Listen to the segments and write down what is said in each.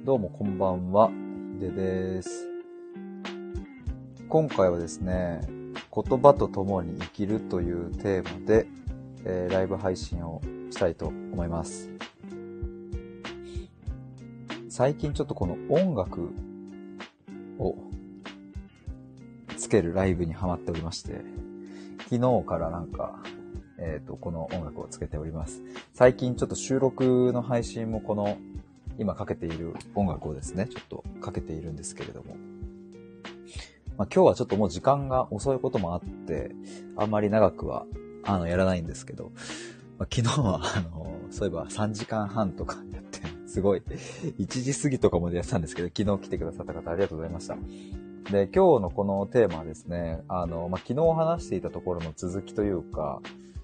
どうもこんばんは、ひでです。今回はですね、言葉と共に生きるというテーマで、ライブ配信をしたいと思います。最近ちょっとこの音楽をつけるライブにハマっておりまして、昨日からこの音楽をつけております。最近ちょっと収録の配信もこの今かけている音楽をですね、ちょっとかけているんですけれども、今日はちょっともう時間が遅いこともあって、あんまり長くはやらないんですけど、昨日はそういえば3時間半とかやって、すごい1時過ぎとかまでやってたんですけど、昨日来てくださった方ありがとうございました。で、今日のこのテーマはですね、昨日話していたところの続きというか、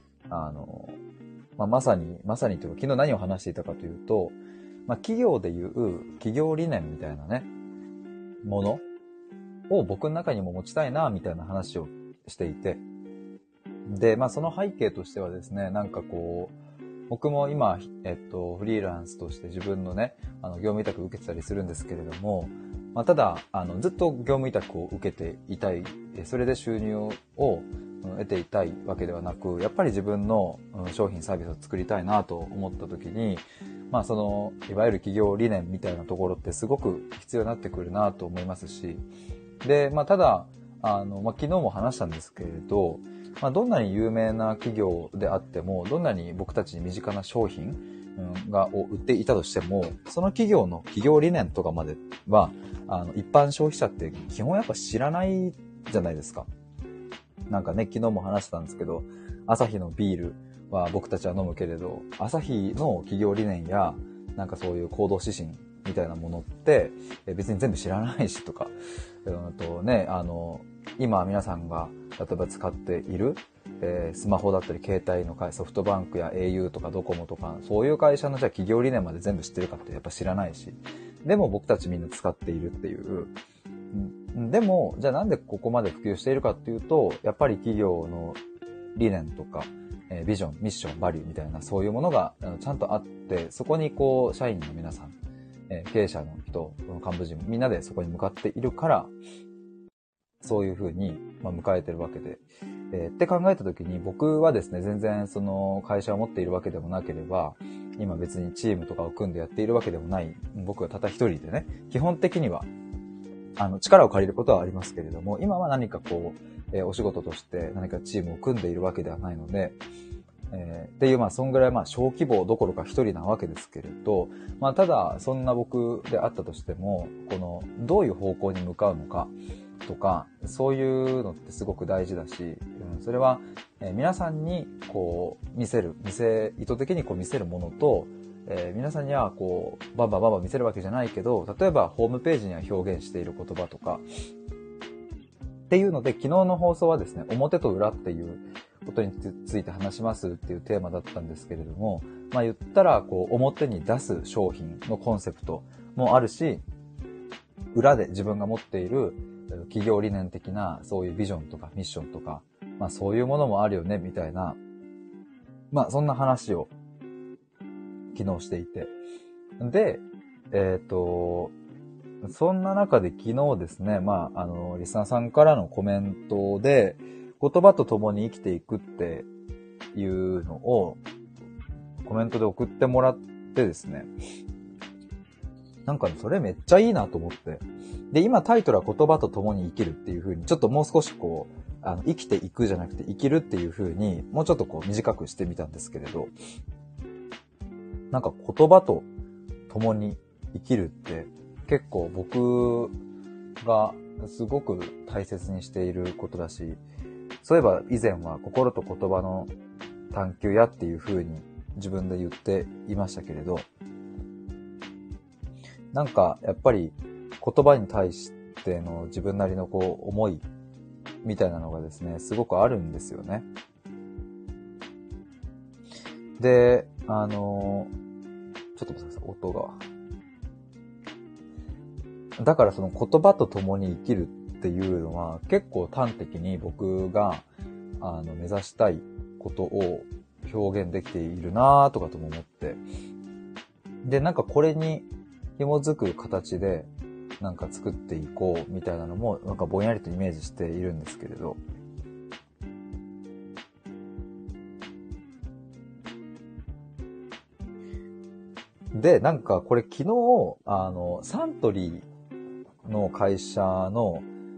まさにというか、昨日何を話していたかというと、企業でいう企業理念みたいなね、ものを僕の中にも持ちたいな、みたいな話をしていて、で、その背景としてはですね、僕も今、フリーランスとして自分のね、業務委託を受けてたりするんですけれども、ただ、ずっと業務委託を受けていたい、それで収入を得ていたいわけではなく、やっぱり自分の商品サービスを作りたいなと思った時に、いわゆる企業理念みたいなところってすごく必要になってくるなと思いますし、で、ただ、昨日も話したんですけれど、どんなに有名な企業であっても、どんなに僕たちに身近な商品を売っていたとしても、その企業の企業理念とかまでは、一般消費者って基本やっぱ知らないじゃないですか。昨日も話したんですけど、アサヒのビールは僕たちは飲むけれど、アサヒの企業理念や、そういう行動指針みたいなものって、別に全部知らないしとか、今皆さんが例えば使っている、スマホだったり携帯のソフトバンクや au とかドコモとか、そういう会社のじゃあ企業理念まで全部知ってるかってやっぱ知らないし、でも僕たちみんな使っているっていう、でもじゃあなんでここまで普及しているかっていうと、やっぱり企業の理念とか、ビジョン、ミッション、バリューみたいなそういうものがちゃんとあって、そこに社員の皆さん、経営者の人、幹部陣みんなでそこに向かっているから、そういう風に迎えてるわけで、って考えた時に僕はですね、全然その会社を持っているわけでもなければ、今別にチームとかを組んでやっているわけでもない、僕はたった一人でね、基本的には力を借りることはありますけれども、今は何かお仕事として何かチームを組んでいるわけではないので、っていうそんぐらい小規模どころか一人なわけですけれど、ただそんな僕であったとしても、どういう方向に向かうのかとか、そういうのってすごく大事だし、それは、皆さんに意図的に見せるものと、皆さんにはバンバン見せるわけじゃないけど、例えばホームページには表現している言葉とかっていうので、昨日の放送はですね、表と裏っていうことについて話しますっていうテーマだったんですけれども、言ったら表に出す商品のコンセプトもあるし、裏で自分が持っている企業理念的なそういうビジョンとかミッションとか、そういうものもあるよねみたいな、そんな話を昨日していて、で、そんな中で昨日ですね、リスナーさんからのコメントで、言葉と共に生きていくっていうのをコメントで送ってもらってですね、それめっちゃいいなと思って。で、今タイトルは言葉と共に生きるっていう風に、ちょっともう少し生きていくじゃなくて生きるっていう風に、もうちょっと短くしてみたんですけれど、言葉と共に生きるって結構僕がすごく大切にしていることだし、そういえば以前は心と言葉の探求やっていう風に自分で言っていましたけれど、やっぱり言葉に対しての自分なりの思いみたいなのがですね、すごくあるんですよね。で、ちょっと待ってください、音が。だからその言葉と共に生きるっていうのは結構端的に僕が目指したいことを表現できているなとかとも思って。で、これに紐づく形でなんか作っていこうみたいなのもなんかぼんやりとイメージしているんですけれど、で、なんかこれ昨日、サントリーの会社の、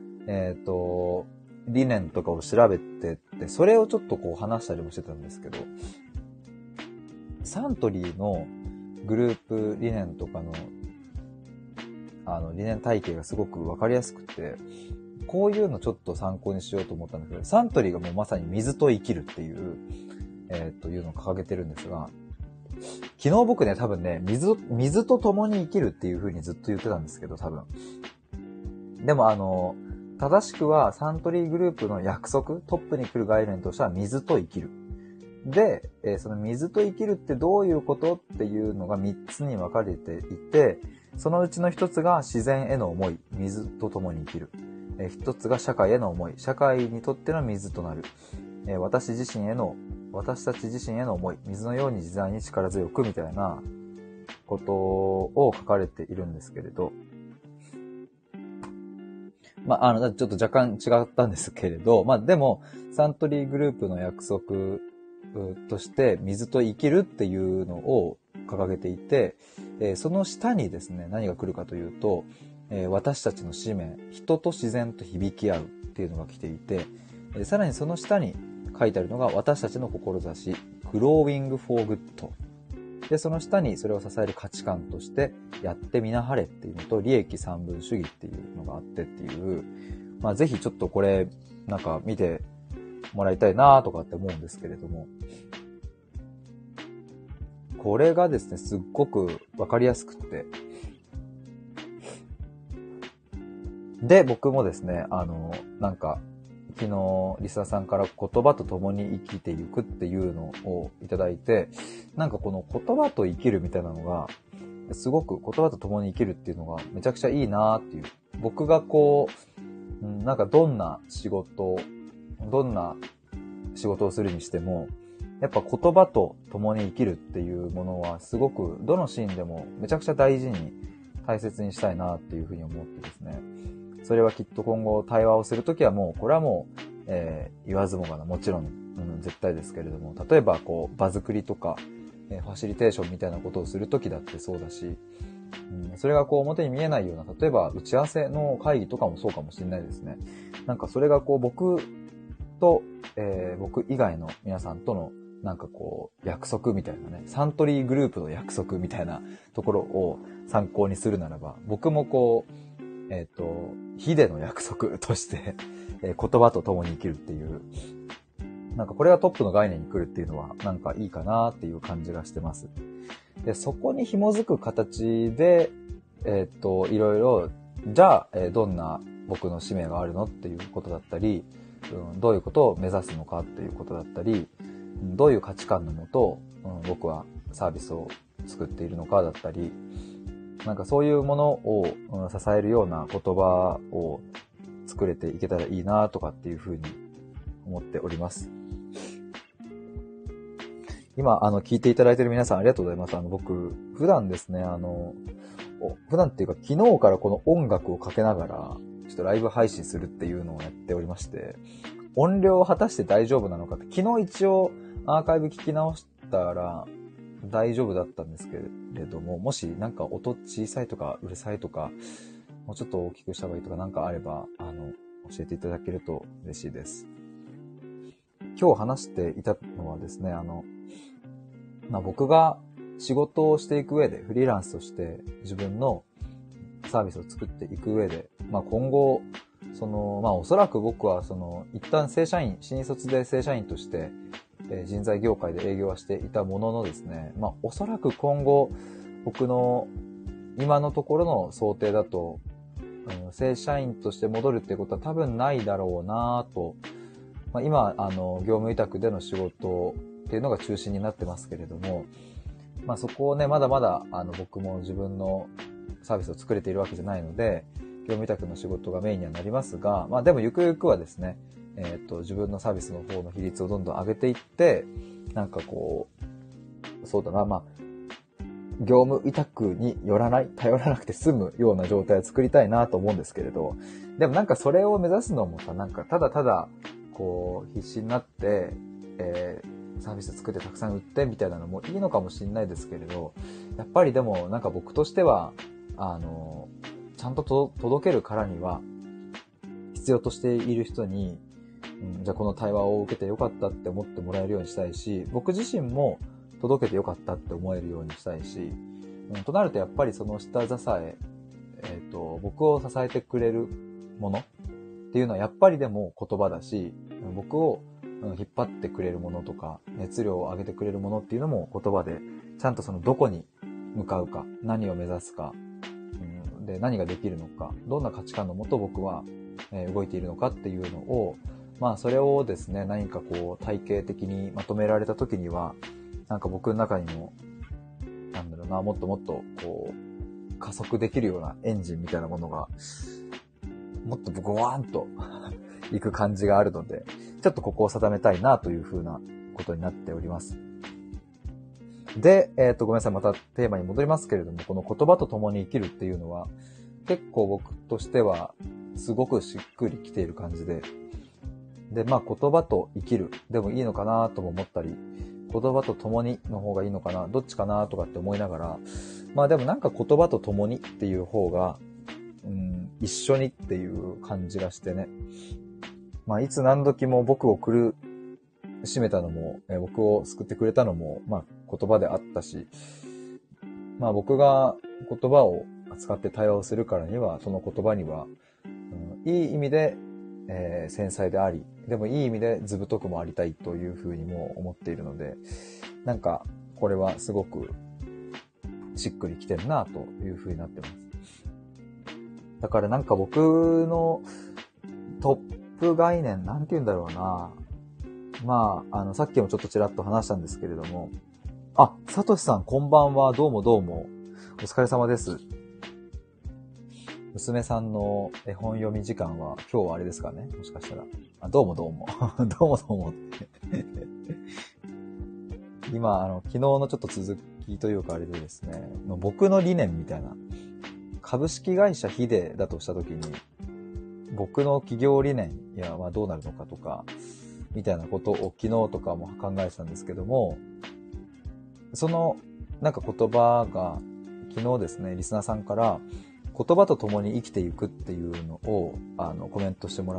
理念とかを調べてって、それをちょっとこう話したりもしてたんですけど、サントリーのグループ理念とかの、理念体系がすごくわかりやすくて、こういうのちょっと参考にしようと思ったんだけど、サントリーがもうまさに水と生きるっていう、いうのを掲げてるんですが、昨日僕ね、多分ね、水と共に生きるっていう風にずっと言ってたんですけど、多分。でも正しくはサントリーグループの約束、トップに来る概念としては水と生きる。で、その水と生きるってどういうことっていうのが3つに分かれていて、そのうちの1つが自然への思い、水と共に生きる。1つが社会への思い、社会にとっての水となる。私たち自身への思い、水のように自在に力強くみたいなことを書かれているんですけれど、ちょっと若干違ったんですけれど、でも、サントリーグループの約束として、水と生きるっていうのを掲げていて、その下にですね、何が来るかというと、私たちの使命、人と自然と響き合うっていうのが来ていて、さらにその下に書いてあるのが、私たちの志、Growing for Good。で、その下にそれを支える価値観として、やってみなはれっていうのと、利益三分主義っていうのがあってっていう、ぜひちょっとこれ、なんか見てもらいたいなとかって思うんですけれども、これがですね、すっごくわかりやすくって、で、僕もですね、なんか、昨日、リスナーさんから言葉と共に生きていくっていうのをいただいて、なんかこの言葉と生きるみたいなのが、すごく言葉と共に生きるっていうのがめちゃくちゃいいなっていう。僕がこう、なんかどんな仕事をするにしても、やっぱ言葉と共に生きるっていうものはすごくどのシーンでもめちゃくちゃ大事に大切にしたいなっていうふうに思ってですね。それはきっと今後対話をするときはこれはもう、言わずもがな、もちろん、絶対ですけれども、例えばこう、場作りとか、ファシリテーションみたいなことをするときだってそうだし、それがこう表に見えないような、例えば打ち合わせの会議とかもそうかもしれないですね。なんかそれがこう僕と、僕以外の皆さんとのなんかこう約束みたいなね、サントリーグループの約束みたいなところを参考にするならば、僕もこう、ヒデの約束として、言葉と共に生きるっていう、なんかこれがトップの概念に来るっていうのはなんかいいかなっていう感じがしてます。で、そこに紐づく形で、いろいろ、じゃあ、どんな僕の使命があるのっていうことだったり、どういうことを目指すのかっていうことだったり、どういう価値観のもと、僕はサービスを作っているのかだったり、なんかそういうものを支えるような言葉を作れていけたらいいなとかっていうふうに思っております。今、聞いていただいている皆さんありがとうございます。僕、普段ですね、普段っていうか昨日からこの音楽をかけながら、ちょっとライブ配信するっていうのをやっておりまして、音量を果たして大丈夫なのかって、昨日一応アーカイブ聞き直したら大丈夫だったんですけれども、もしなんか音小さいとかうるさいとか、もうちょっと大きくした方がいいとかなんかあれば、教えていただけると嬉しいです。今日話していたのはですね、僕が仕事をしていく上で、フリーランスとして自分のサービスを作っていく上で、今後、おそらく僕は一旦新卒で正社員として、人材業界で営業はしていたもののですね、おそらく今後、僕の今のところの想定だと、正社員として戻るっていうことは多分ないだろうなと、今、業務委託での仕事っていうのが中心になってますけれども、そこをね、まだまだ、僕も自分のサービスを作れているわけじゃないので、業務委託の仕事がメインにはなりますが、でもゆくゆくはですね、自分のサービスの方の比率をどんどん上げていって、なんかこう、そうだな、 業務委託によらない、頼らなくて済むような状態を作りたいなと思うんですけれど、でもなんかそれを目指すのもさ、なんかただただ、こう、必死になって、サービス作ってたくさん売ってみたいなのもいいのかもしれないですけれど、やっぱりでもなんか僕としては、ちゃんと届けるからには、必要としている人に、じゃあこの対話を受けてよかったって思ってもらえるようにしたいし、僕自身も届けてよかったって思えるようにしたいし、となるとやっぱりその下支え、僕を支えてくれるものっていうのはやっぱりでも言葉だし、僕を引っ張ってくれるものとか、熱量を上げてくれるものっていうのも言葉で、ちゃんとそのどこに向かうか、何を目指すか、で何ができるのか、どんな価値観のもと僕は動いているのかっていうのを、まあそれをですね、何かこう体系的にまとめられた時には、なんか僕の中にも、なんだろうな、もっともっとこう加速できるようなエンジンみたいなものが、もっとゴワーンといく感じがあるので、ちょっとここを定めたいなというふうなことになっております。で、ごめんなさい、またテーマに戻りますけれども、この言葉と共に生きるっていうのは、結構僕としては、すごくしっくりきている感じで、で、まあ言葉と生きるでもいいのかなとも思ったり、言葉と共にの方がいいのかな、どっちかなとかって思いながら、まあでもなんか言葉と共にっていう方が、一緒にっていう感じがしてね。まあいつ何時も僕を苦しめたのも、僕を救ってくれたのも、まあ言葉であったし、まあ僕が言葉を使って対話をするからには、その言葉には、いい意味で、繊細であり、でもいい意味で図太くもありたいというふうにも思っているので、なんかこれはすごくしっくりきてるなというふうになってます。だからなんか僕のトップ概念、なんて言うんだろうな。まあ、さっきもちょっとちらっと話したんですけれども、あ、サトシさんこんばんは、どうもどうも、お疲れ様です。娘さんの絵本読み時間は今日はあれですかね、もしかしたら。あ、どうもどうも。どうもどうもって。今、昨日のちょっと続きというかあれでですね、僕の理念みたいな、株式会社ヒデだとしたときに、僕の企業理念やまあどうなるのかとか、みたいなことを昨日とかも考えてたんですけども、そのなんか言葉が昨日ですね、リスナーさんから言葉と共に生きていくっていうのをコメントしてもらって、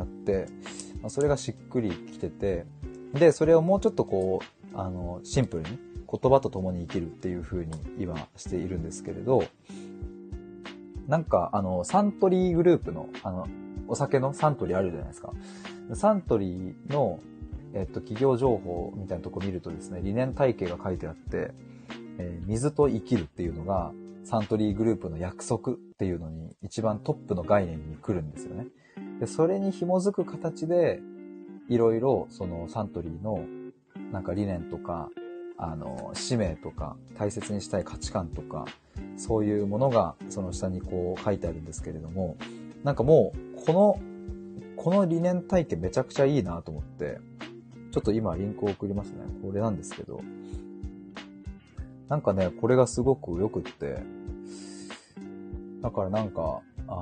それがしっくりきてて、で、それをもうちょっとこう、シンプルに言葉と共に生きるっていう風に今しているんですけれど、なんかサントリーグループのお酒のサントリーあるじゃないですか。サントリーの企業情報みたいなとこ見るとですね、理念体系が書いてあって、水と生きるっていうのがサントリーグループの約束っていうのに一番トップの概念に来るんですよね。で、それに紐づく形でいろいろそのサントリーのなんか理念とか使命とか大切にしたい価値観とかそういうものがその下にこう書いてあるんですけれども、なんかもうこの理念体系めちゃくちゃいいなと思って、ちょっと今リンクを送りますね。これなんですけど、なんかね、これがすごく良くって、だからなんか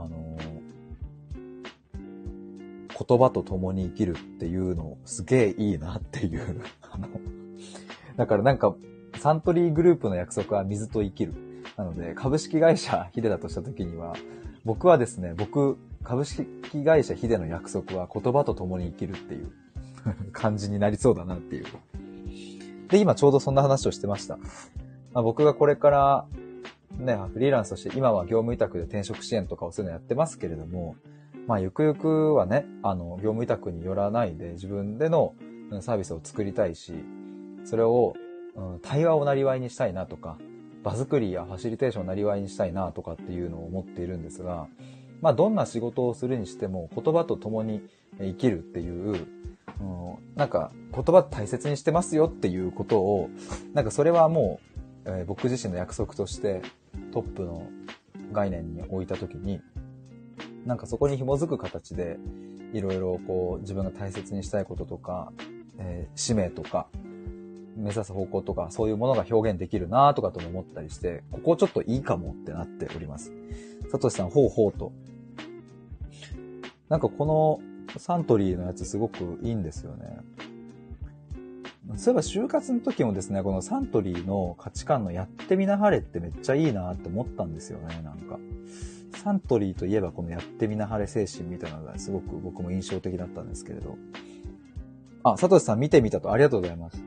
言葉と共に生きるっていうのすげえいいなっていうだからなんかサントリーグループの約束は水と生きるなので、株式会社ヒデだとした時には、僕はですね、株式会社ヒデの約束は言葉と共に生きるっていう感じになりそうだなっていう。で、今ちょうどそんな話をしてました。まあ、僕がこれからね、フリーランスとして今は業務委託で転職支援とかをするのやってますけれども、まあゆくゆくはね、業務委託によらないで自分でのサービスを作りたいし、それを、対話をなりわいにしたいなとか、場作りやファシリテーションをなりわいにしたいなとかっていうのを思っているんですが、まあどんな仕事をするにしても言葉と共に生きるっていう、なんか言葉大切にしてますよっていうことを、なんかそれはもう、僕自身の約束としてトップの概念に置いたときに、なんかそこに紐づく形でいろいろこう自分が大切にしたいこととか、使命とか目指す方向とか、そういうものが表現できるなとかとも思ったりして、ここちょっといいかもってなっております。サトシさん、ほうほうと。なんかこのサントリーのやつすごくいいんですよね。そういえば就活の時もですね、このサントリーの価値観のやってみなはれってめっちゃいいなって思ったんですよね、なんか。サントリーといえばこのやってみなはれ精神みたいなのがすごく僕も印象的だったんですけれど。あ、サトシさん見てみたとありがとうございます。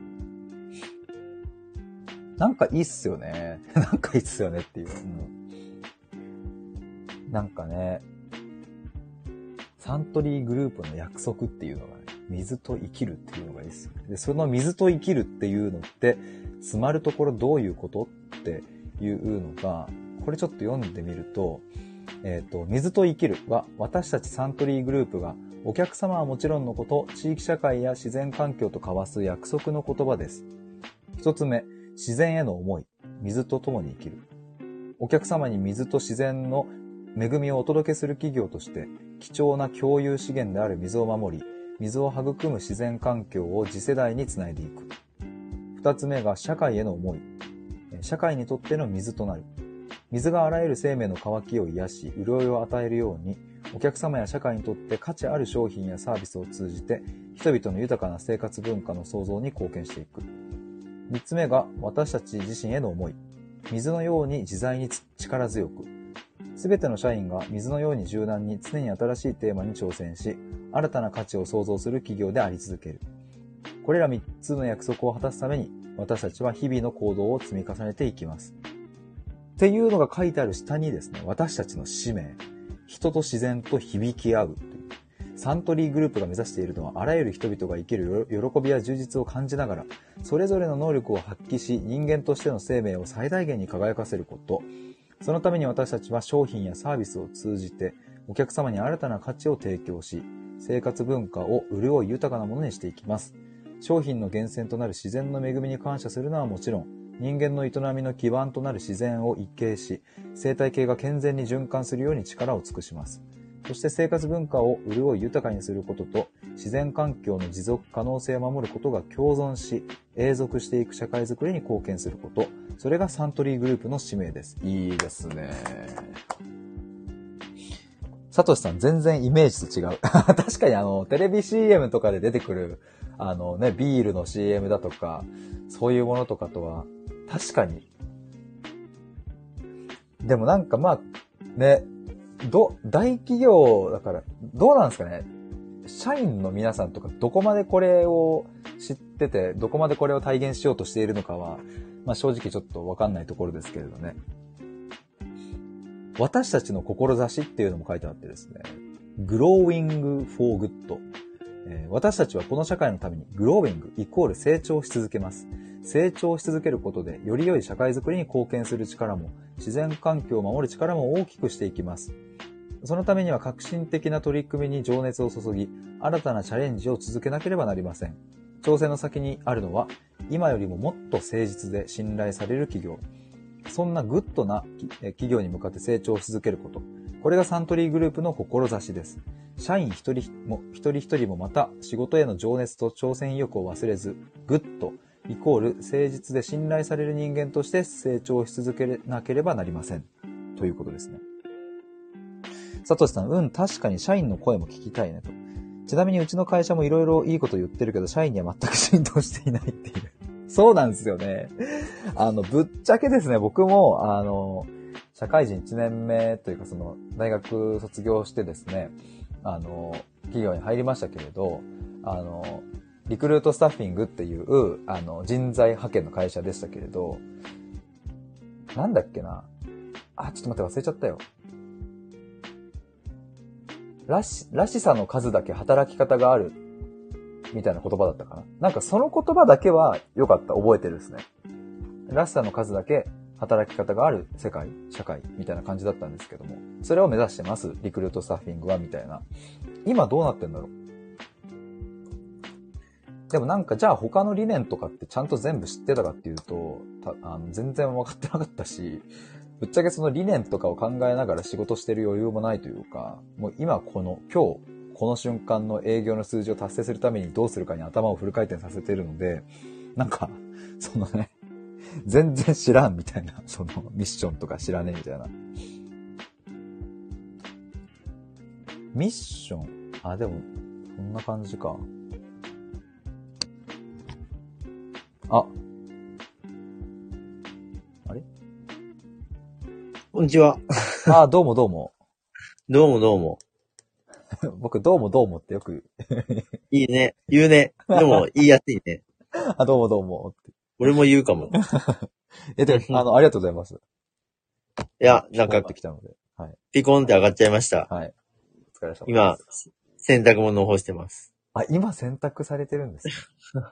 なんかいいっすよね。なんかいいっすよねっていう。なんかね、サントリーグループの約束っていうのがね、水と生きるっていうのがいいっすよね。で、その水と生きるっていうのって、詰まるところどういうことっていうのが、これちょっと読んでみると、水と生きるは私たちサントリーグループがお客様はもちろんのこと、地域社会や自然環境と交わす約束の言葉です。一つ目、自然への思い、水と共に生きる。お客様に水と自然の恵みをお届けする企業として、貴重な共有資源である水を守り、水を育む自然環境を次世代につないでいく。二つ目が社会への思い。社会にとっての水となる。水があらゆる生命の渇きを癒し、潤いを与えるように、お客様や社会にとって価値ある商品やサービスを通じて、人々の豊かな生活文化の創造に貢献していく。三つ目が私たち自身への思い。水のように自在に力強く。すべての社員が水のように柔軟に常に新しいテーマに挑戦し、新たな価値を創造する企業であり続ける。これら3つの約束を果たすために、私たちは日々の行動を積み重ねていきます。っていうのが書いてある下にですね、私たちの使命、人と自然と響き合うという。サントリーグループが目指しているのは、あらゆる人々が生きる喜びや充実を感じながら、それぞれの能力を発揮し、人間としての生命を最大限に輝かせること。そのために私たちは商品やサービスを通じて、お客様に新たな価値を提供し、生活文化を潤い豊かなものにしていきます。商品の源泉となる自然の恵みに感謝するのはもちろん、人間の営みの基盤となる自然を一形し、生態系が健全に循環するように力を尽くします。そして生活文化を潤い豊かにすることと、自然環境の持続可能性を守ることが共存し、永続していく社会づくりに貢献すること、それがサントリーグループの使命です。いいですね。サトシさん全然イメージと違う。確かにテレビ CM とかで出てくる、ビールの CM だとか、そういうものとかとは、確かに。でもなんかまあ、ね、大企業だから、どうなんですかね。社員の皆さんとか、どこまでこれを知ってて、どこまでこれを体現しようとしているのかは、まあ正直ちょっとわかんないところですけれどね。私たちの志っていうのも書いてあってですね。Growing for Good。私たちはこの社会のために Growing イコール成長し続けます。成長し続けることでより良い社会づくりに貢献する力も、自然環境を守る力も大きくしていきます。そのためには革新的な取り組みに情熱を注ぎ、新たなチャレンジを続けなければなりません。挑戦の先にあるのは、今よりももっと誠実で信頼される企業。そんなグッドな企業に向かって成長し続けること。これがサントリーグループの志です。社員一人一人もまた仕事への情熱と挑戦意欲を忘れず、グッドイコール誠実で信頼される人間として成長し続けなければなりません。ということですね。サトシさん、確かに社員の声も聞きたいねと。ちなみにうちの会社もいろいろいいこと言ってるけど、社員には全く浸透していないっていう。そうなんですよね。ぶっちゃけですね、僕も、社会人1年目というか、大学卒業してですね、企業に入りましたけれど、リクルートスタッフィングっていう、人材派遣の会社でしたけれど、なんだっけな。ちょっと待って忘れちゃったよ。らしさの数だけ働き方がある。みたいな言葉だったかな。なんかその言葉だけは良かった。覚えてるですね。らしさの数だけ働き方がある社会みたいな感じだったんですけども。それを目指してます。リクルートスタッフィングはみたいな。今どうなってんだろう。でもなんかじゃあ他の理念とかってちゃんと全部知ってたかっていうと、全然分かってなかったし、ぶっちゃけその理念とかを考えながら仕事してる余裕もないというか、もう今今日、この瞬間の営業の数字を達成するためにどうするかに頭をフル回転させているので、なんか、 そのね、全然知らんみたいな、そのミッションとか知らねえみたいな。ミッション、あ、でも、こんな感じか。あ。あれこんにちは。 あ、どうもどうも。 どうもどうも。 僕、どうもどうもってよくいいね。言うね。でも、言いやすいね。 あ、どうもどうもって。 俺も言うかも。 で、ありがとうございます。 いや、なんか聞こえて、きたので。はい。 ピコンって上がっちゃいました。 はい。お疲れ様です。 今、洗濯物を干してます。 あ、今洗濯されてるんですね。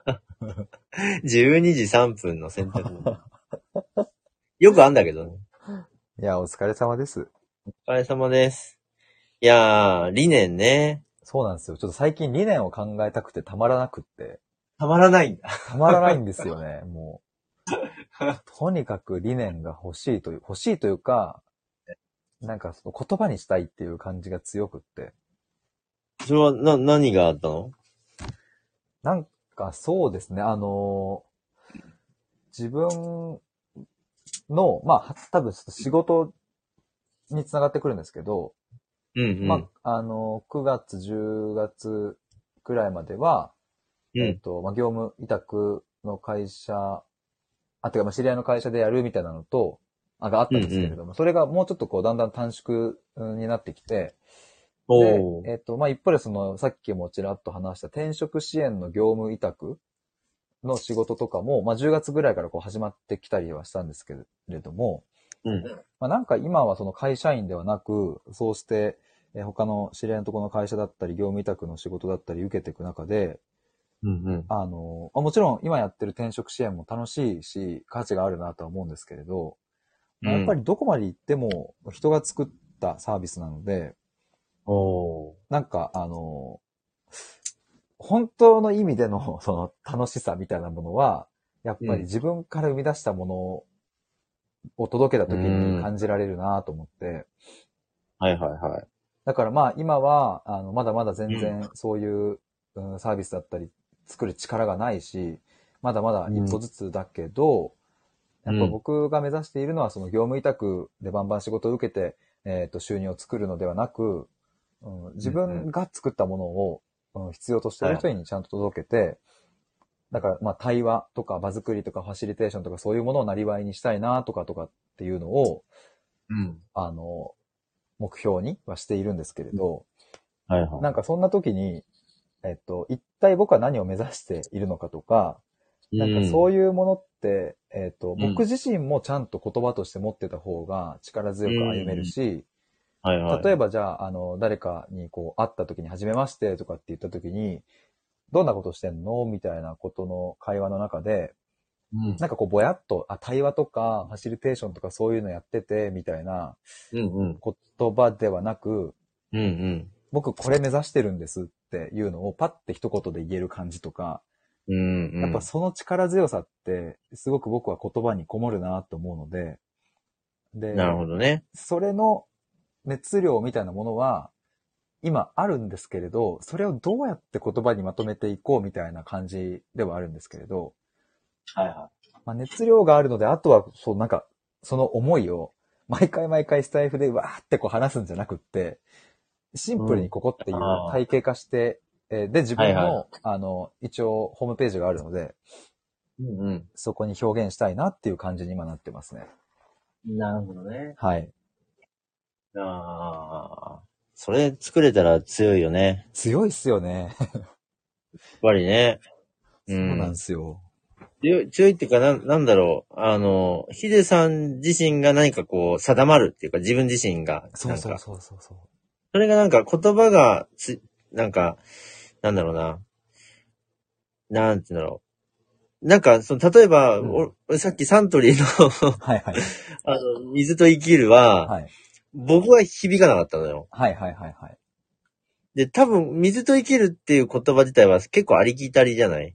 12時3分の洗濯物。よくあんだけどね。 いや、お疲れ様です。 お疲れ様です。いやー、理念ね。 そうなんですよ。ちょっと最近理念を考えたくてたまらなくって。 たまらないんだ。 たまらないんですよね、もう。とにかく理念が欲しいというか、なんかその言葉にしたいっていう感じが強くって。 それは、何があったの？ なんかそうですね、自分の、まあ、多分仕事につながってくるんですけど、 うんうん。 まあ、9月、10月くらいまでは、 うん。 まあ、業務委託の会社、てか、まあ、知り合いの会社でやるみたいなのと、があったんですけれども、それがもうちょっとこう、だんだん短縮になってきて、 おー。 で、まあ、一方でさっきもちらっと話した転職支援の業務委託の仕事とかも、まあ、10月ぐらいからこう始まってきたりはしたんですけれども、 うん。 まあ、なんか今はその会社員ではなく、そうして、他の知り合いのところの会社だったり、業務委託の仕事だったり受けていく中で、 うんうん。 もちろん今やってる転職支援も楽しいし、価値があるなとは思うんですけれど、まあ、やっぱりどこまで行っても人が作ったサービスなので、 おー。 なんか本当の意味でのその楽しさみたいなものは、やっぱり自分から生み出したものを届けた時に感じられるなと思って、 はいはいはい。 だからまあ今は、まだまだ全然そういう、サービスだったり作る力がないし、まだまだ一歩ずつだけど、やっぱ僕が目指しているのはその業務委託でバンバン仕事を受けて、収入を作るのではなく、自分が作ったものを、必要としている人にちゃんと届けて、だからまあ対話とか場作りとかファシリテーションとかそういうものをなりわいにしたいなとかっていうのを、目標にはしているんですけれど、 はいはい。 なんかそんな時に、一体僕は何を目指しているのかとか、なんかそういうものって、僕自身もちゃんと言葉として持ってた方が力強く歩めるし、 はいはい。 例えばじゃあ、誰かにこう会った時に初めましてとかって言った時に、どんなことしてんのみたいなことの会話の中で、なんかこうぼやっと、対話とかファシリテーションとかそういうのやってて、みたいな言葉ではなく、僕これ目指してるんですっていうのをパッて一言で言える感じとか、やっぱその力強さって、すごく僕は言葉にこもるなと思うので、 なるほどね。 それの熱量みたいなものは、今あるんですけれど、それをどうやって言葉にまとめていこうみたいな感じではあるんですけれど、 はいはい。 まあ、熱量があるので、あとは、そう、なんか、その思いを、毎回毎回スタイフでわーってこう話すんじゃなくって、シンプルにここっていう体系化して、で、自分の、一応、ホームページがあるので、そこに表現したいなっていう感じに今なってますね。 なるほどね。 はい。 それ作れたら強いよね。 強いっすよね。 やっぱりね。 そうなんですよ。 強いっていうか、なんだろう。ヒデさん自身が何かこう、定まるっていうか、自分自身が。 そう。 それがなんか言葉がなんか、なんだろうな。なんていうんだろう。なんか、例えば、俺さっきサントリーのはいはい。 水と生きるは、 はい、 僕は響かなかったのよ。 はい。 で、多分、水と生きるっていう言葉自体は結構ありきたりじゃない？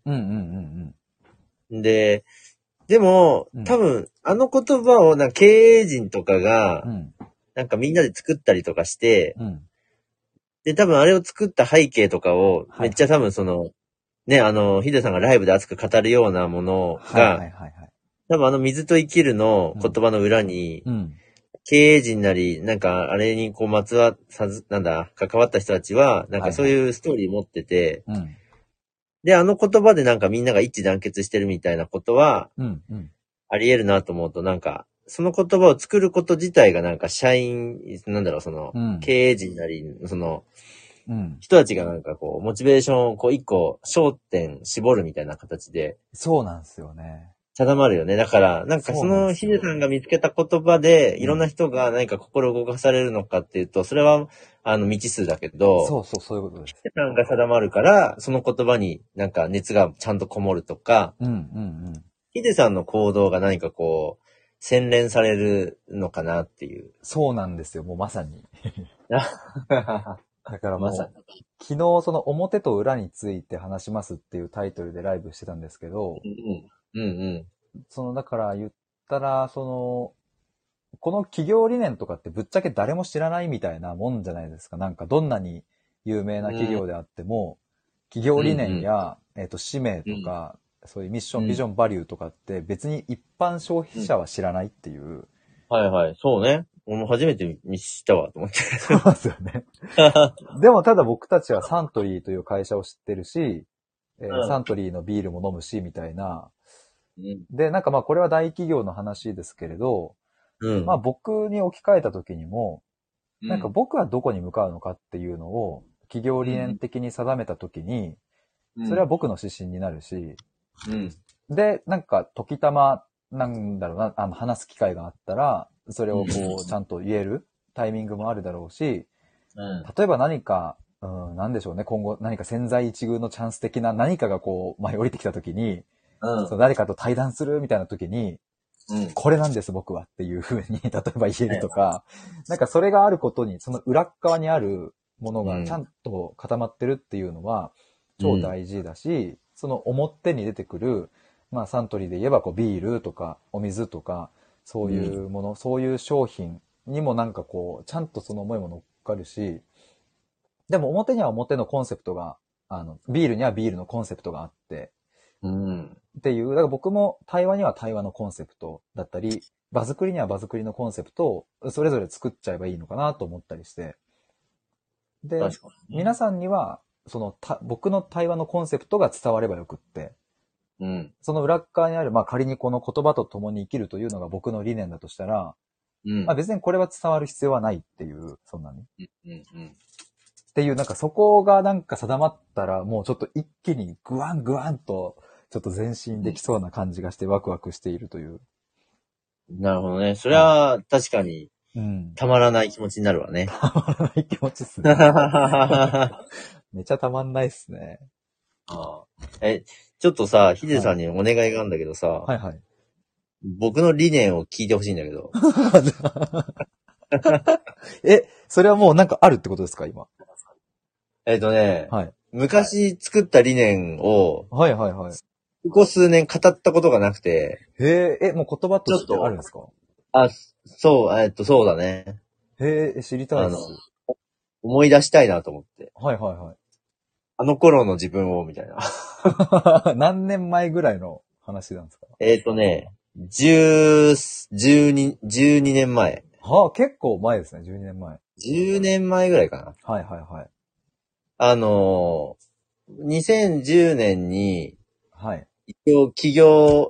で、でも、多分、あの言葉を経営陣とかが、なんかみんなで作ったりとかして、で、多分あれを作った背景とかを、めっちゃ多分ね、ヒデさんがライブで熱く語るようなものはいはいが、 はいはい。 多分水と生きるの言葉の裏に、 うん。 経営陣なり、なんかあれにこう関わった人たちは、なんかそういうストーリー持ってて、 うん。 で、言葉でなんかみんなが一致団結してるみたいなことは、 うん。うん。 あり得るなと思うと、なんか、その言葉を作ること自体がなんか社員、 うん。 経営陣なり、 うん。 人たちがなんかこう、モチベーションをこう一個焦点絞るみたいな形でそうなんですよね。 定まるよね。だから、なんかそのヒデさんが見つけた言葉で、いろんな人が何か心動かされるのかっていうと、それは、未知数だけど、 そうそう、そういうことです。 ヒデさんが定まるから、その言葉になんか熱がちゃんとこもるとか、 うん。うん。 ヒデさんの行動が何かこう、洗練されるのかなっていう。 そうなんですよ、もうまさに。だからもう、 まさ昨日その表と裏について話しますっていうタイトルでライブしてたんですけど、 に。うんだから言ったら、この企業理念とかってぶっちゃけ誰も知らないみたいなもんじゃないですか。なんかどんなに有名な企業であっても、企業理念や、使命とか、そういうミッション、ビジョン、バリューとかって別に一般消費者は知らないっていう。 はいはい、そうね。俺も初めて見したわ、と思って。 そうですよね。でもただ僕たちはサントリーという会社を知ってるし、サントリーのビールも飲むし、みたいな。で、なんかまあこれは大企業の話ですけれど、まあ僕に置き換えた時にも、なんか僕はどこに向かうのかっていうのを企業理念的に定めた時に、それは僕の指針になるし、で、なんか時たま、なんだろうな、話す機会があったら、それをこうちゃんと言えるタイミングもあるだろうし、例えば何か、なんでしょうね、今後何か千載一遇のチャンス的な何かがこう舞い降りてきた時に、そう誰かと対談するみたいな時に、これなんです僕はっていう風に例えば言えるとか、なんかそれがあることに、その裏側にあるものがちゃんと固まってるっていうのは超大事だし、その表に出てくる、まあサントリーで言えばこうビールとかお水とか、そういうもの、そういう商品にもなんかこう、ちゃんとその思いも乗っかるし、でも表には表のコンセプトが、ビールにはビールのコンセプトがあって、っていう、だから僕も対話には対話のコンセプトだったり、場作りには場作りのコンセプトをそれぞれ作っちゃえばいいのかなと思ったりして。で、皆さんには、僕の対話のコンセプトが伝わればよくって、その裏側にある、まあ仮にこの言葉と共に生きるというのが僕の理念だとしたら、まあ別にこれは伝わる必要はないっていう、そんなに。っていう、なんかそこがなんか定まったら、もうちょっと一気にグワングワンと、ちょっと前進できそうな感じがしてワクワクしているという。 なるほどね。それは確かに、たまらない気持ちになるわね。 たまらない気持ちっすね。めちゃたまんないっすね。 ちょっとさ、ヒデさんにお願いがあるんだけどさ、 はいはい。 僕の理念を聞いてほしいんだけど。 それはもうなんかあるってことですか、今。 はい。昔作った理念を、 はいはいはい。 ここ数年語ったことがなくて。 もう言葉としてあるんですか？ そう、そうだね。 知りたいです。 思い出したいなと思って。 はいはいはい。 あの頃の自分を、みたいな。 何年前ぐらいの話なんですか ？12年前。 はあ、結構前ですね、12年前。 10年前ぐらいかな。 はいはいはい。 2010年に、 はい。 一応企業、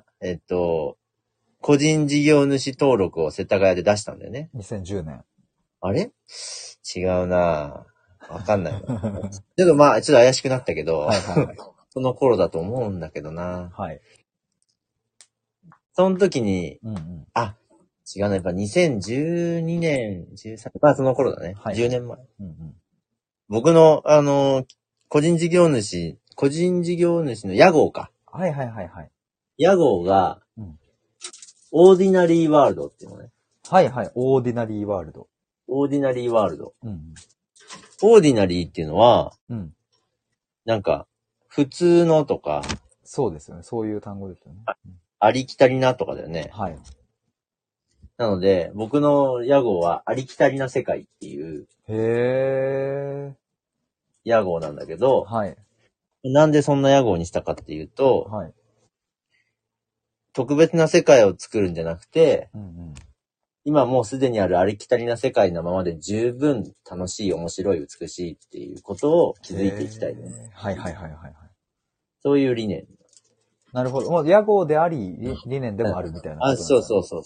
個人事業主登録を世田谷で出したんだよね。 2010年。 あれ違うなぁ。わかんない。ちょっとまあ、ちょっと怪しくなったけど、はいはいはい、その頃だと思うんだけどな。 はい。 その時に、違うな、やっぱ2012年、13年、まあその頃だね。はい、10年前。僕の、個人事業主の屋号か。 はいはいはいはい。 屋号が、オーディナリーワールドっていうのね。 はいはい、オーディナリーワールド。 オーディナリーワールド。オーディナリーっていうのは、なんか、普通のとか。 そうですよね。そういう単語ですよね。 ありきたりなとかだよね。 はい。 なので、僕の屋号はありきたりな世界っていう。屋号なんだけど、 はい。 なんでそんな屋号にしたかっていうと、 はい。 特別な世界を作るんじゃなくて、 うんうん。 今もうすでにあるありきたりな世界のままで十分楽しい、面白い、美しいっていうことを築いていきたいね。 はいはいはいはいはい。 そういう理念。 なるほど。もう屋号であり、理念でもあるみたいなことなんですか、ね。 そうそう。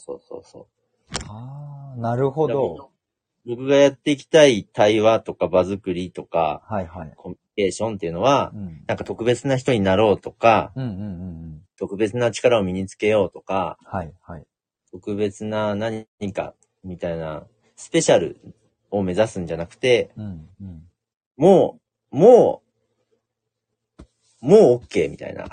ああ、なるほど。 僕がやっていきたい対話とか場作りとか、 はいはい。 コミュニケーションっていうのは、 うん。 なんか特別な人になろうとか、 うんうんうんうん。 特別な力を身につけようとか、 はいはい。 特別な何かみたいなスペシャルを目指すんじゃなくて、 うんうん。 もう OK みたいな。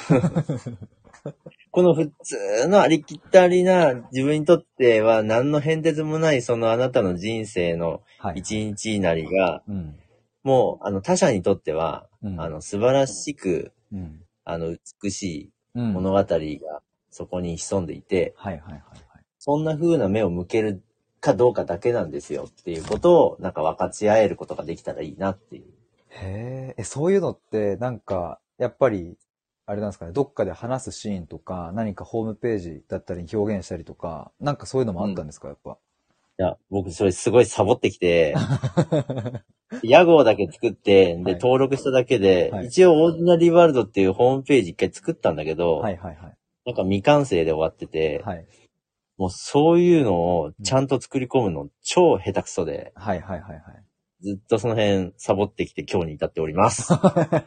この普通のありきたりな自分にとっては何の変哲もないそのあなたの人生の一日なりが、 うん。 もう他者にとっては、 うん。 素晴らしく、 うん。 美しいうん。 物語がそこに潜んでいて、 はいはいはいはい。 そんな風な目を向けるかどうかだけなんですよっていうことをなんか分かち合えることができたらいいなっていう。 へえ、そういうのってなんか、やっぱり、あれなんですかね、どっかで話すシーンとか、何かホームページだったり表現したりとか、なんかそういうのもあったんですか、やっぱ。 いや、僕それすごいサボってきて、屋号だけ作って、で、 はい登録しただけで、 はい一応オーディナリーワールドっていうホームページ一回作ったんだけど、 はいはいはい。 なんか未完成で終わってて、 はい。 もうそういうのをちゃんと作り込むの超下手くそで、 はいはいはいはい。 ずっとその辺サボってきて今日に至っております。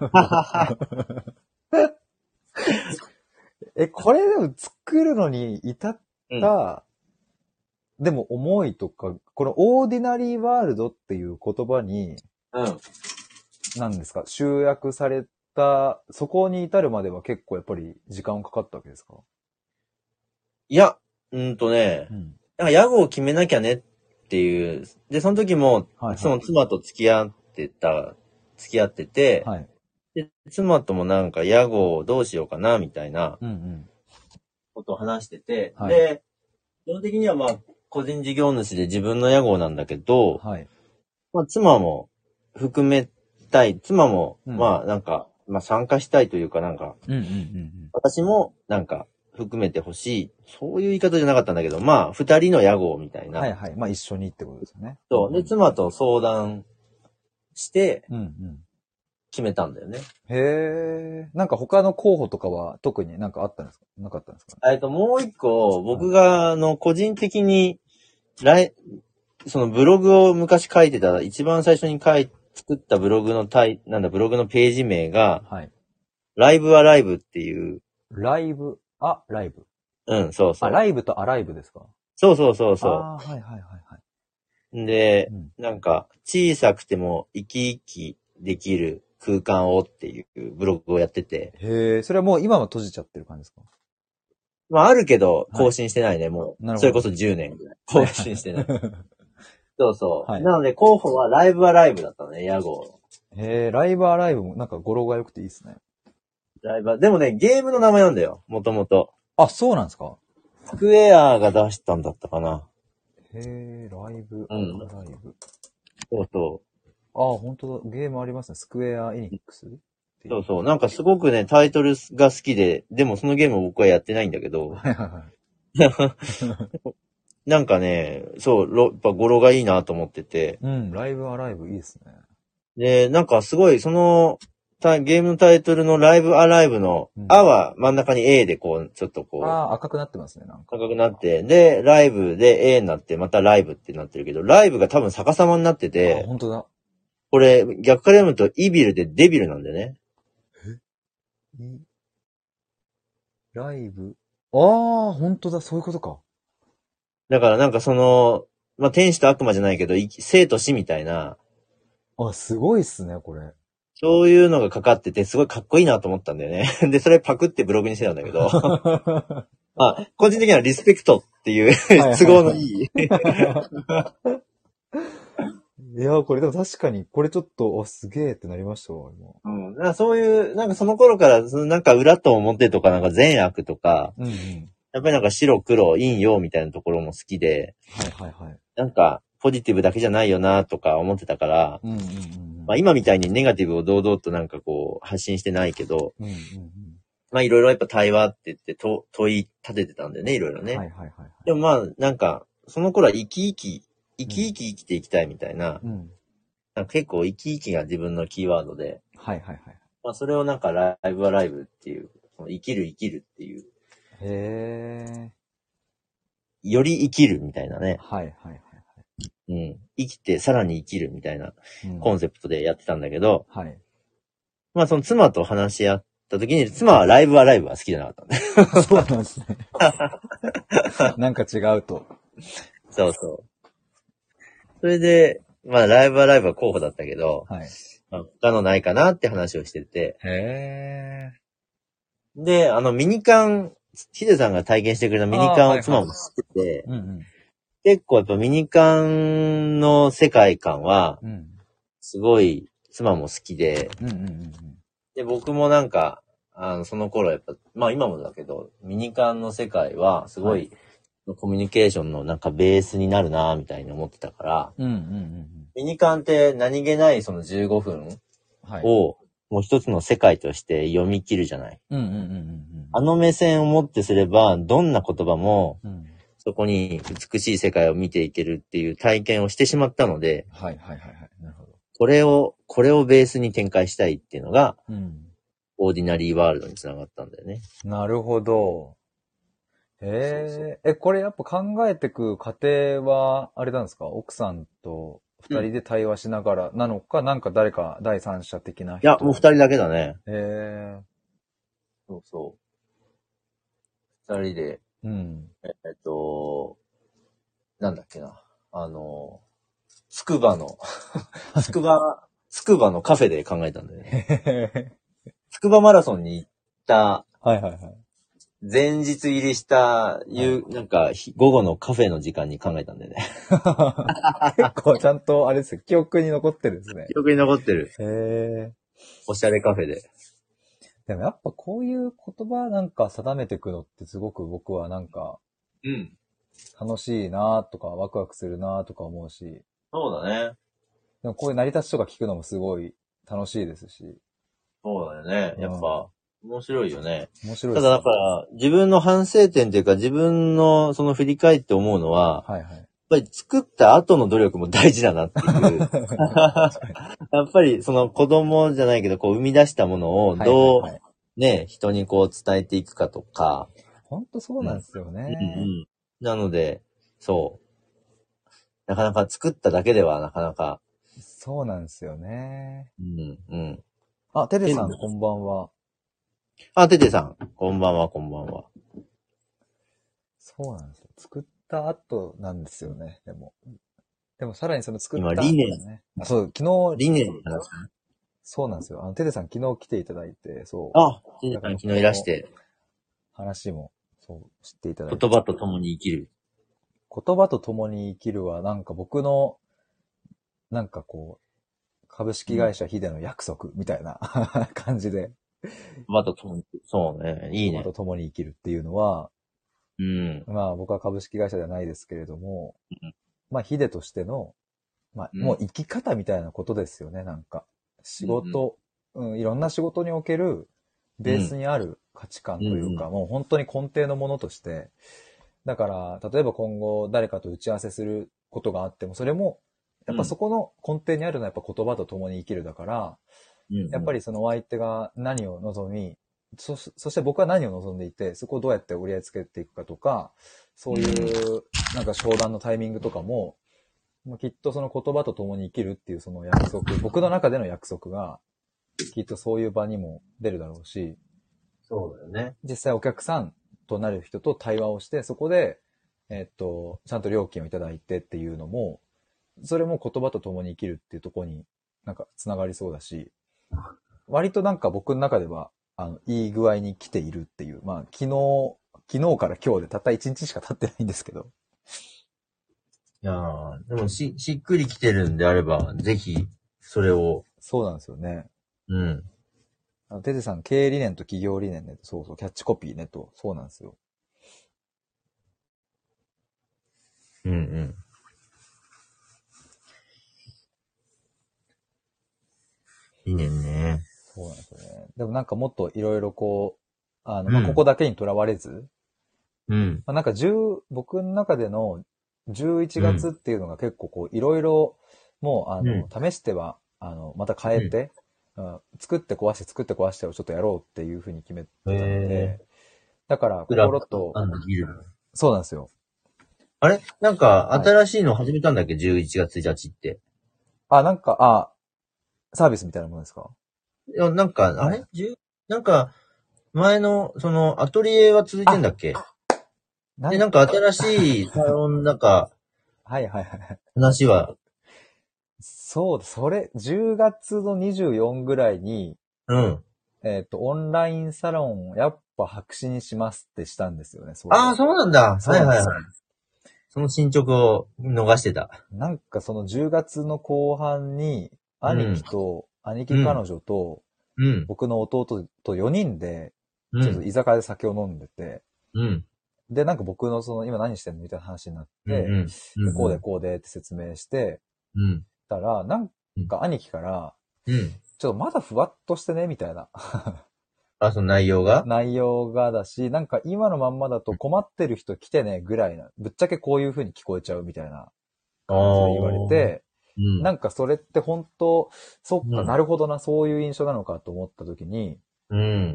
これでも作るのに至っうん。 た、でも思いとか、このオーディナリーワールドっていう言葉に、 うん。 何ですか、集約された、そこに至るまでは結構やっぱり時間かかったわけですか？ いや、 ん。 なんか屋号を決めなきゃねっていう。で、その時も、 はいはいその妻と付き合ってて、 はい。 で、妻ともなんか屋号をどうしようかな、みたいなうんうん。 ことを話してて、 はいで、基本的にはまあ、個人事業主で自分の屋号なんだけど、 はい。 まあ、妻も含めたい、妻も、 うんまあ、なんか、まあ、参加したいというかなんか、 うんうんうん私もなんか、含めてほしい。そういう言い方じゃなかったんだけど、まあ、二人の屋号みたいうん。 な。 はいはい。まあ一緒にってことですよね。 そう。で、妻と相談してうんうん。 決めたんだよね。 へえ。なんか他の候補とかは特になんかあったんですか？なかったんですか？ もう一個、僕が、個人的に、そのブログを昔書いてた、一番最初に作ったブログのブログのページ名が、 はい。 ライブアライブっていう、 ライブ、ライブ。 うん、そうそう。 ライブとアライブですか？ そうそうそうそはいはいはいはい。 う。で、 うん。 なんか、小さくても生き生きできる空間をっていうブログをやってて。 へえ、それはもう今は閉じちゃってる感じですか？ まあ、あるけど、 はい。 更新してないね、もう。 なるほど。 それこそ10年ぐらい。更新してない。そうそう。 はい。 なので、候補はライブアライブだったのね、屋号。 へえ、ライブアライブもなんか語呂が良くていいですね。 でもね、ゲームの名前なんだよ、もともと。 あ、そうなんですか？ スクエアが出したんだったかな。 へえ、ライブ、 うん。 ライブ。 そうそう。 本当だ。ゲームありますね。スクエアエニックスっていう。 そうそう。なんかすごくね、タイトルが好きで、でもそのゲーム僕はやってないんだけど、 はいはいはい。 なんかね、そう、やっぱ語呂がいいなと思ってて、 うん、ライブアライブいいですね。 で、なんかすごい、ゲームのタイトルのライブアライブの、 うんあは真ん中に A でこう、ちょっとこう、 赤くなってますね、なんか。 赤くなって、で、ライブで A になって、またライブってなってるけど、ライブが多分逆さまになってて、 本当だ。 これ、逆から読むとイビルでデビルなんだよね。 ライブ。本当だ、そういうことか。 だからなんかまあ、天使と悪魔じゃないけど、生と死みたいな、 すごいっすね、これ。 そういうのがかかってて、すごいかっこいいなと思ったんだよね。で、それパクってブログにしてたんだけど、まあ、個人的にはリスペクトっていう都合のいい。 いや、これでも確かに、これちょっと、すげえってなりましたわ、今。 うん。なんかそういう、なんかその頃から、なんか裏と表とか、なんか善悪とか、 うんうん。 やっぱりなんか白黒、陰陽みたいなところも好きで、 はいはいはい。 なんか、ポジティブだけじゃないよなとか思ってたから、 うんうんうんうん。 まあ今みたいにネガティブを堂々となんかこう発信してないけど、 うんうんまあいろいろやっぱ対話って言って問い立ててたんだよね、いろいろうん。 ね。 はいはいはいはい。 でもまあなんか、その頃は生き生きていきたいみたいな、 うん。 なんか結構生き生きが自分のキーワードで、 はいはいはい。 まあそれをなんかライブはライブっていう、その生きるっていう、 へえ。 より生きるみたいなね。 はいはいはいはい。 うん。生きてさらに生きるみたいなうんコンセプトでやってたんだけど、 はい。 まあその妻と話し合った時に、妻はライブは好きじゃなかったんだよ。 そうなんですね。なんか違うと。 そうそう。それで、まあライブは候補だったけど、 はい。 まあ、他のないかなって話をしてて、 へえ。 で、ミニカン、ヒデさんが体験してくれたミニカンを妻も知ってて、 うんうん。 結構やっぱミニカンの世界観は、 うん。 すごい妻も好きで、 うんうんうんで、僕もなんか、その頃やっぱ、まあ今もだけど、ミニカンの世界はすごい、コミュニケーションのなんかベースになるなみたいに思ってたから、 うん。うんうんうんミニカンって何気ないその15分うん。はい。 を、もう一つの世界として読み切るじゃない。 うんうんうんうんあの目線をもってすれば、どんな言葉も、 うん。うん。 そこに美しい世界を見ていけるっていう体験をしてしまったので、 はいはいはいはい。なるほど。 これをベースに展開したいっていうのが、 うん。 オーディナリーワールドにつながったんだよね。 なるほど。 そうそう。 へえ。これやっぱ考えてく過程は、あれなんですか？奥さんと二人で対話しながらなのか、なんか誰か第三者的ないや、 人。 もう二人だけだね。 へえ。 そうそう。二人で、 うん。 えっと、なんだっけな。つくばの、つくばのカフェで考えたんだよね。 へへ。 つくばマラソンに行ったはいはいはい。 前日入りしたなんか午後のカフェの時間に考えたんだよね。 結構ちゃんと、あれですよ、記憶に残ってるんですね。 記憶に残ってる。 へえ。 おしゃれカフェで。 でもやっぱこういう言葉なんか定めていくのってすごく僕はなんかうん。 楽しいなとかワクワクするなとか思うし、 そうだね。 でもこういう成り立ちとか聞くのもすごい楽しいですし、 そうだよね。やっぱ、面白いよね。 面白いですね。 ただだから、自分の反省点というか、自分のその振り返って思うのは、 はいはい。 やっぱり作った後の努力も大事だなっていう。やっぱりその子供じゃないけど、こう生み出したものをはいどうはいはい。 ね、人にこう伝えていくかとか。 ほんとそうなんですようんうね。 ん。なので、そう。なかなか作っただけではなかなか。 そうなんですよね。 うんうん。 あ、テレさんこんばんは。 あ、ててさん、こんばんは、こんばんは。 そうなんですよ。作った後なんですよね、でも。でもさらにその作っ今、 た後ね。あ、そう、昨日、 理念の話。 そうなんですよ。テレさん昨日来ていただいて、そあ、 う。だからててさん昨日いらして、 話も、そう、知っていただいて。 言葉と共に生きる。 言葉と共に生きるは、なんか僕の、なんかこう、株式会社ヒデの約束みたいな感じで、 言葉と共に生きる。そうね。いいね。 言葉と共に生きるっていうのは、 うん。 まあ僕は株式会社ではないですけれども、まあヒデとしての、まあうんもう生き方みたいなことですよね、なんか。仕うん事、いろんな仕事におけるベースにある価値観というか、もう本当に根底のものとして、だから、例えば今後誰かと打ち合わせすることがあっても、それも、やっぱそこの根底にあるのはやっぱ言葉と共に生きるだから、やっぱりそのお相手が何を望み、そして僕は何を望んでいて、そこをどうやって折り合いつけていくかとか、そういうなんか商談のタイミングとかも、きっとその言葉と共に生きるっていうその約束、僕の中での約束が、きっとそういう場にも出るだろうし、 そうだよね。 実際お客さんとなる人と対話をして、そこで、ちゃんと料金をいただいてっていうのも、それも言葉と共に生きるっていうところになんか繋がりそうだし、割となんか僕の中では、いい具合に来ているっていう、まあ、昨日から今日でたった1日しか経ってないんですけど。 いやー、でもしっくりきてるんであれば、ぜひ、それを、 そうなんですよね。 うん。 テテさん、経営理念と企業理念ね、そうそう、キャッチコピーねと、そうなんですよ。 うんうん。 でもなんかもっといろいろこう、 うんここだけにとらわれず、 うん。 なんか僕の中での11月っていうのが結構こう、いろいろ、もう試しては、また変えて、作って壊してをちょっとやろうっていうふうに決めてたので、だからクラフ心と、 トギルド。 そうなんですよ。 あれなんか、 はい新しいの始めたんだっけ？ 11 月1日って。 なんか、サービスみたいなものですか？ いや、なんか、あれ、 はいなんか、前の、その、アトリエは続いてんだっけ？で、なんか新しいサロン、なんか、 はいはいはい。 話は、 それ、10月の24ぐらいに、 うん。 オンラインサロンをやっぱ白紙にしますってしたんですよね、そういえああ、 ば。 そうなんだ。 そうなんですよ。 はいはいはい。その進捗を逃してた。 なんかその10月の後半に、兄貴彼女と、 うん。 僕の弟と4人で、ちょっとうん。 居酒屋で酒を飲んでて、 うん。 で、なんか僕のその、今何してんのみたいな話になっうん。 て、 うん。 こうでこうでって説明してうん。 たら、なんか兄貴から、 うん。 ちょっとまだふわっとしてね、みたいなあ、その内容が内容がだし、なんか今のまんまだと困ってる人来てね、ぐらいな、ぶっちゃけこういう風に聞こえちゃうみたいな感じで言われて、 うん。 なんかそれって本当、そっか、 うん。 なるほどな、そういう印象なのかと思った時に、 うん。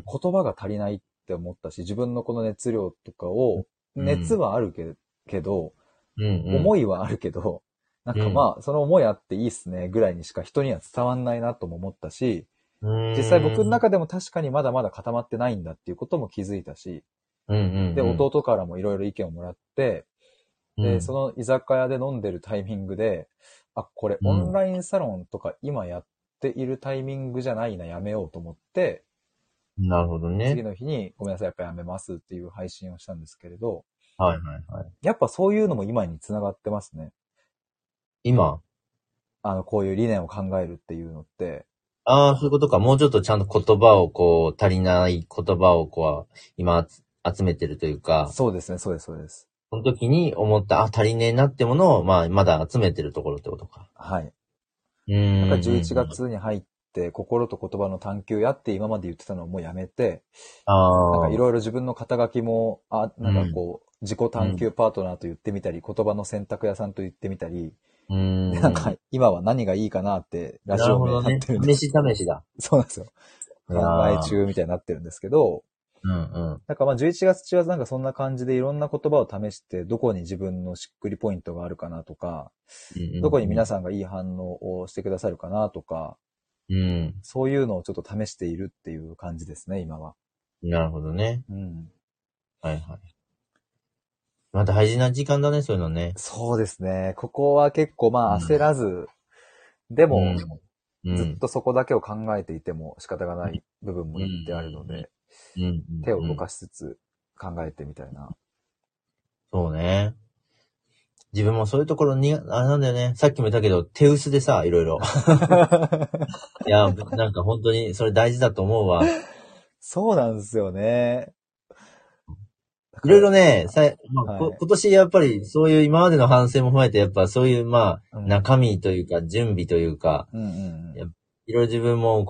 言葉が足りないって思ったし、自分のこの熱量とかを、 うん熱はあるけど、 うん。 思いはあるけど、なんかまあ、その思いあっていいっすね、ぐらいにしか人には伝わんないなとも思ったし、実際僕の中でも確かにまだまだ固まってないんだっていうことも気づいたし、で、弟からもいろいろ意見をもらって、で、その居酒屋で飲んでるタイミングで、これオンラインサロンとか今やっているタイミングじゃないな、やめようと思って、 なるほどね。 次の日にごめんなさい、やっぱやめますっていう配信をしたんですけれど、 はいはいはい。 やっぱそういうのも今につながってますね。 今こういう理念を考えるっていうのって。 ああ、そういうことか。もうちょっとちゃんと言葉を足りない言葉を今集めてるというか、 そうですね、そうです、そうです。 その時に思った、足りねえなってものを、まだ集めてるところってことか。 はい。 だだから11月に入って、心と言葉の探求やって今まで言ってたのをもうやめて、なんかいろいろ自分の肩書きも、なんかこう、自己探求パートナーと言ってみたり、言葉の選択屋さんと言ってみたり、なんか今は何がいいかなってラジオ名になってるんです。 試しだ。 そうなんですよ。考え中みたいになってるんですけど、なんかまあ11月中はなんかそんな感じでいろんな言葉を試して、どこに自分のしっくりポイントがあるかなとか、どこに皆さんがいい反応をしてくださるかなとか、そういうのをちょっと試しているっていう感じですね、今は。 なるほどね。 うん。 はいはい。また大事な時間だね、そういうのね。 そうですね。ここは結構まあ焦らず、でも、ずっとそこだけを考えていても仕方がない部分もいってあるので、手を動かしつつ考えてみたいな。 そうね。自分もそういうところに、なんだよね。さっきも言ったけど、手薄でさ、いろいろ。いや、なんか本当にそれ大事だと思うわ。 そうなんですよね。 いろいろね、今年やっぱりそういう今までの反省も踏まえて、やっぱそういう中身というか、準備というか、いろいろ自分も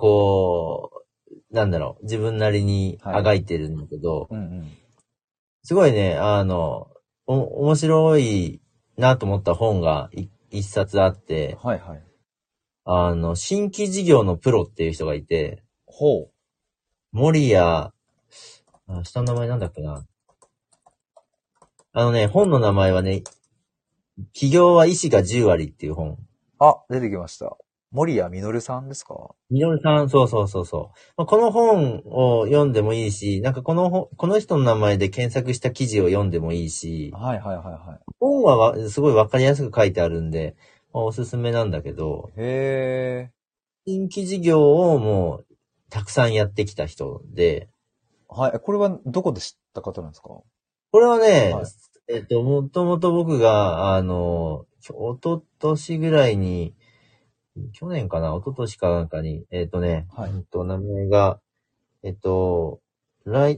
自分なりにあがいてるんだけど、すごいね、面白いなと思った本が一冊あって、新規事業のプロっていう人がいて、森谷、下の名前なんだっけな。本の名前はね、起業は意志が10割っていう本。 出てきました。森谷実さんですか？ 実さん、そう。この本を読んでもいいし、なんかこの人の名前で検索した記事を読んでもいいし、本はすごいわかりやすく書いてあるんで、おすすめなんだけど、新規事業をもうたくさんやってきた人で、 これはどこで知った方なんですか？ これはね、もともと僕が、一昨年ぐらいに、去年かな一昨年かなんかに、名前が、名前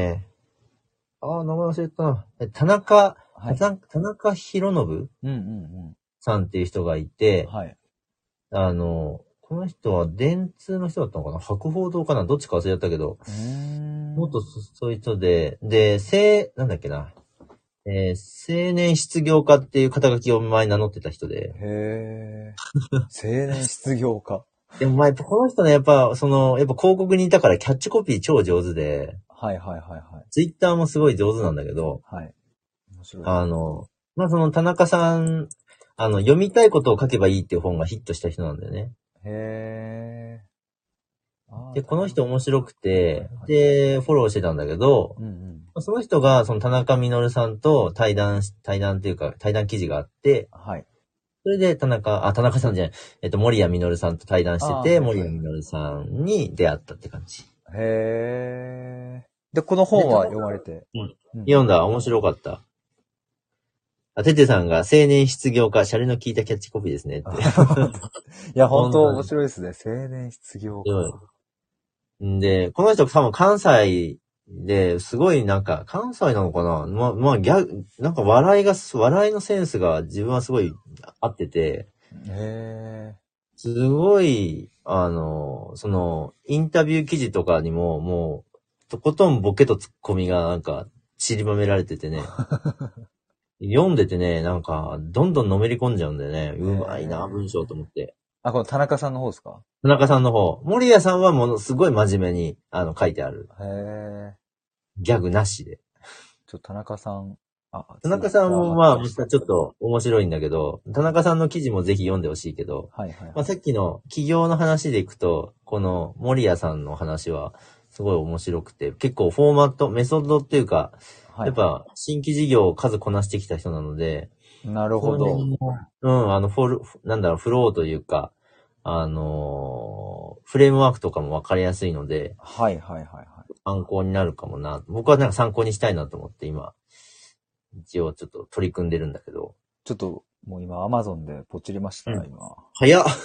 忘れたな。田中博信さんっていう人がいて、ここの人は電通の人だったのかな、博報堂かな、どっちか忘れちゃったけど、もっとそういう人で、なんだっけな、青年失業家っていう肩書きを前名乗ってた人で。 へー。青年失業家。 でもまあやっぱこの人ね、やっぱ広告にいたからキャッチコピー超上手で、 はいはいはいはい。 ツイッターもすごい上手なんだけど、 はい。面白い。 まあその田中さん、読みたいことを書けばいいっていう本がヒットした人なんだよね。 へで、この人面白くて、で、フォローしてたんだけど、その人がその田中実さんと対談っていうか、対談記事があって、 はい。 それで田中さんじゃない、森谷実さんと対談してて、森谷実さんに出会ったって感じ。 へー。で、この本は読まれて。 読んだ、面白かった。ててさんが青年失業家、シャレの効いたキャッチコピーですねって。 いや、本当面白いですね。青年失業家。 で、この人多分関西ですごいなんか、関西なのかな、まあ、なんか笑いのセンスが自分はすごい合ってて、すごい、インタビュー記事とかにも、もう、とことんボケとツッコミがなんか、散りばめられててね。読んでてね、なんか、どんどんのめり込んじゃうんだよね。うまいな、文章と思って。 あ、この田中さんの方ですか？ 田中さんの方。森谷さんはものすごい真面目に、書いてある。ギャグなしで。 田中さん。 田中さんもまあ、ちょっと面白いんだけど、田中さんの記事もぜひ読んでほしいけど、まあさっきの企業の話でいくと、この森谷さんの話はすごい面白くて、結構フォーマット、メソッドっていうか、やっぱ新規事業を数こなしてきた人なので、 なるほど。 フローというか、フレームワークとかもわかりやすいので、参考になるかもな。僕はなんか参考にしたいなと思って今、一応ちょっと取り組んでるんだけど。 ちょっと、もう今 Amazon でポチりました、今。 早っ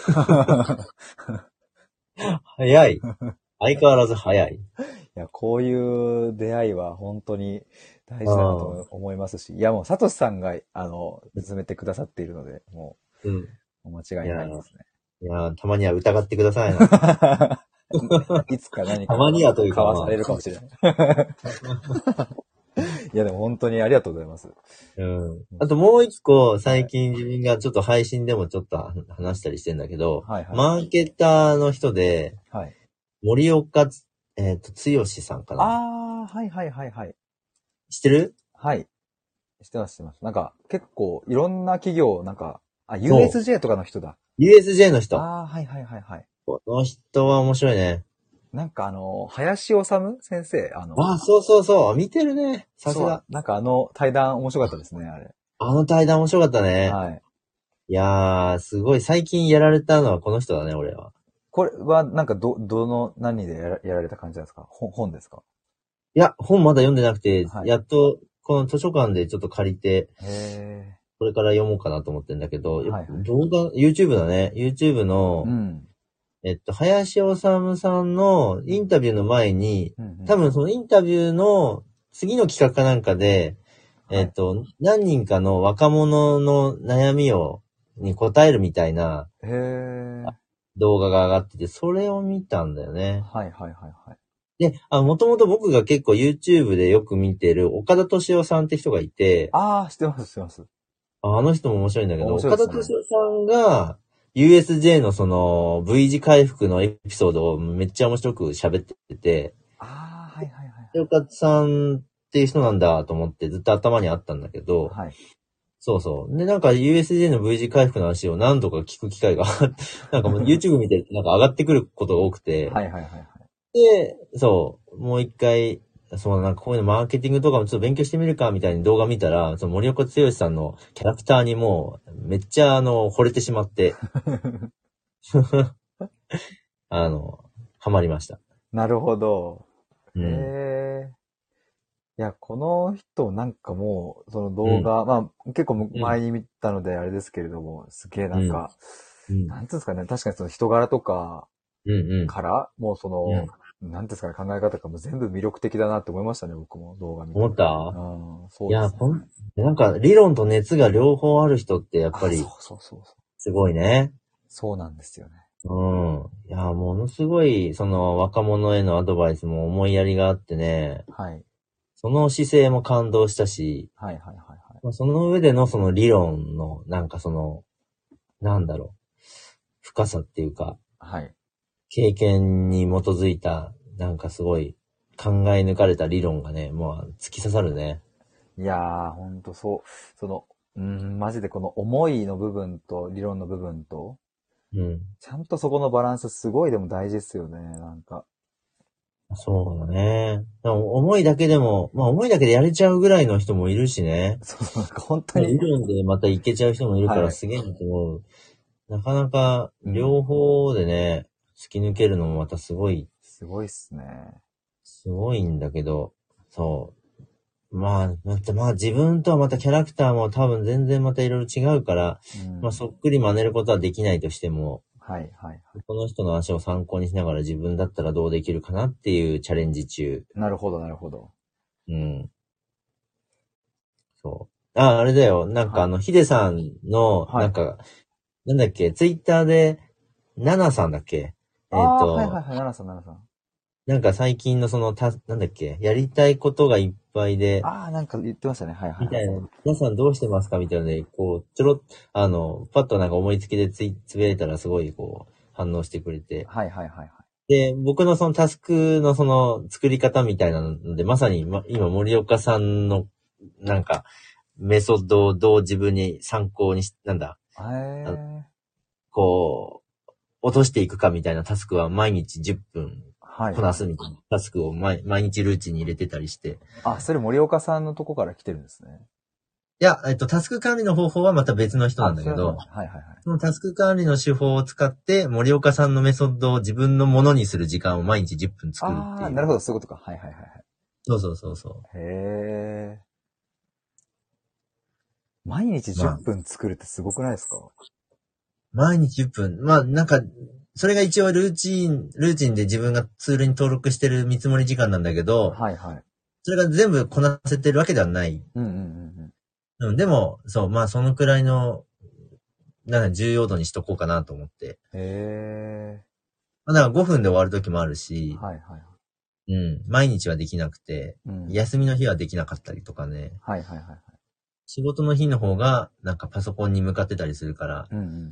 早い。相変わらず早い。 いや、こういう出会いは本当に大事だなと思いますし、いやもう、サトシさんが、進めてくださっているので、もう、お間違いないですね。 いや、たまには疑ってくださいな。 いつか何かたまにはというか、 交わされるかもしれない。いや、でも本当にありがとうございます。 あともう一個、最近自分がちょっと配信でもちょっと話したりしてんだけど、マーケターの人で、森岡、剛さんかな。知ってる？ はい。知ってます、知ってます。なんか、結構、いろんな企業、なんか、USJ とかの人だ。 USJ の人。この人は面白いね。 なんか林修先生、 そう。見てるね。さすが。 なんか対談面白かったですね、あれ。 対談面白かったね。 はい。 いやー、すごい。最近やられたのはこの人だね、俺は。 これは、なんか何でやられた感じなんですか？本ですか？ いや、本まだ読んでなくて、やっと、この図書館でちょっと借りて、これから読もうかなと思ってんだけど、動画、YouTube だね。YouTube の、林修さんのインタビューの前に、多分そのインタビューの次の企画かなんかで、何人かの若者の悩みに答えるみたいな動画が上がってて、それを見たんだよね。で、もともと僕が結構 YouTube でよく見てる岡田敏夫さんって人がいて、 知ってます、知ってます。 あの人も面白いんだけど、岡田敏夫さんが、USJ のその V 字回復のエピソードをめっちゃ面白く喋ってて、岡田さんっていう人なんだと思ってずっと頭にあったんだけど、そう。で、なんか USJ の V 字回復の話を何度か聞く機会がなんかもう YouTube 見てなんか上がってくることが多くて、で、もう一回、なんかこういうのマーケティングとかもちょっと勉強してみるかみたいに動画見たら、その森岡剛さんのキャラクターにもうめっちゃ惚れてしまって、ハマりました。 なるほど。いや、この人なんかもう、その動画、まあ結構前に見たのであれですけれども、すげえなんか、なんていうんですかね、確かにその人柄とかから、もうその、なんですかね、考え方とかも全部魅力的だなって思いましたね、僕も動画見て。 思った？そうですね。いや、なんか理論と熱が両方ある人ってやっぱり、すごいね。 そうなんですよね。 うん。いや、ものすごい、その若者へのアドバイスも思いやりがあってね、 はい。 その姿勢も感動したし、 はいはいはいはい。 まあ、その上でのその理論の、なんだろう、深さっていうか、 はい。 経験に基づいた、すごい考え抜かれた理論がね、もう突き刺さるね。 いやー、ほんとそう。その、マジでこの思いの部分と理論の部分と、 うん。 ちゃんとそこのバランスすごいでも大事ですよね、なんか。 そうだね。でも思いだけでも、まあ思いだけでやれちゃうぐらいの人もいるしね。 そうそう、なんか本当に、 理論でまたいけちゃう人もいるかはい。 らすげえなと思う。なかなかうん。 両方でね、突き抜けるのもまたすごいっすね。 すごいんだけど、そう。まあ自分とはまたキャラクターも多分全然またいろいろ違うから、 うん。 まあそっくり真似ることはできないとしても、 はいはい。 この人の足を参考にしながら自分だったらどうできるかなっていうチャレンジ中。 なるほどなるほど。 うん。そう。あ、あれだよ。 はい。 ヒデさんの、 はい。 なんだっけ、ツイッターで、ナナさんだっけああ、はいはいはい、奈々さん奈々さん。 最近のなんだっけ、やりたいことがいっぱいで、 ああ、なんか言ってましたね。はいはいはい。 みたいな、皆さんどうしてますかみたいなので、こう、ちょろっ、パッと思いつきでつぶやいたらすごい反応してくれて。 はいはいはいはい。 で、僕のそのタスクの作り方みたいなので、まさに、今森岡さんの、なんか、メソッドをどう自分に参考にし、 へあのえ。 こ落としていくかみたいなタスクは毎日10分こなはいはい。 すみたいなタスクを毎日ルーチンに入れてたりして。 あ、それ森岡さんのとこから来てるんですね。 いや、タスク管理の方法はまた別の人なあ、 んだけど、 それはそうなんです。はいはいはい。 そのタスク管理の手法を使って森岡さんのメソッドを自分のものにする時間を毎日10分作るってああ、 いう。 なるほど、そういうことか。はいはいはいはい。 そうそうそうそへえ。毎日う。ま 10 あ、 分作るってすごくないですか？ 毎日10分。まあ、それが一応ルーチンで自分がツールに登録してる見積もり時間なんだけど、 はいはい。 それが全部こなせてるわけではない。 うんうんうんうん。 うん、でも、そう、まあ、そのくらいの、重要度にしとこうかなと思って。 へえ。 まあ、だから5分で終わる時もあるし、 はいはいはい。 うん、毎日はできなくて、 うん。 休みの日はできなかったりとかね。 はいはいはいはい。 仕事の日の方が、パソコンに向かってたりするから、 うんうんうんうん。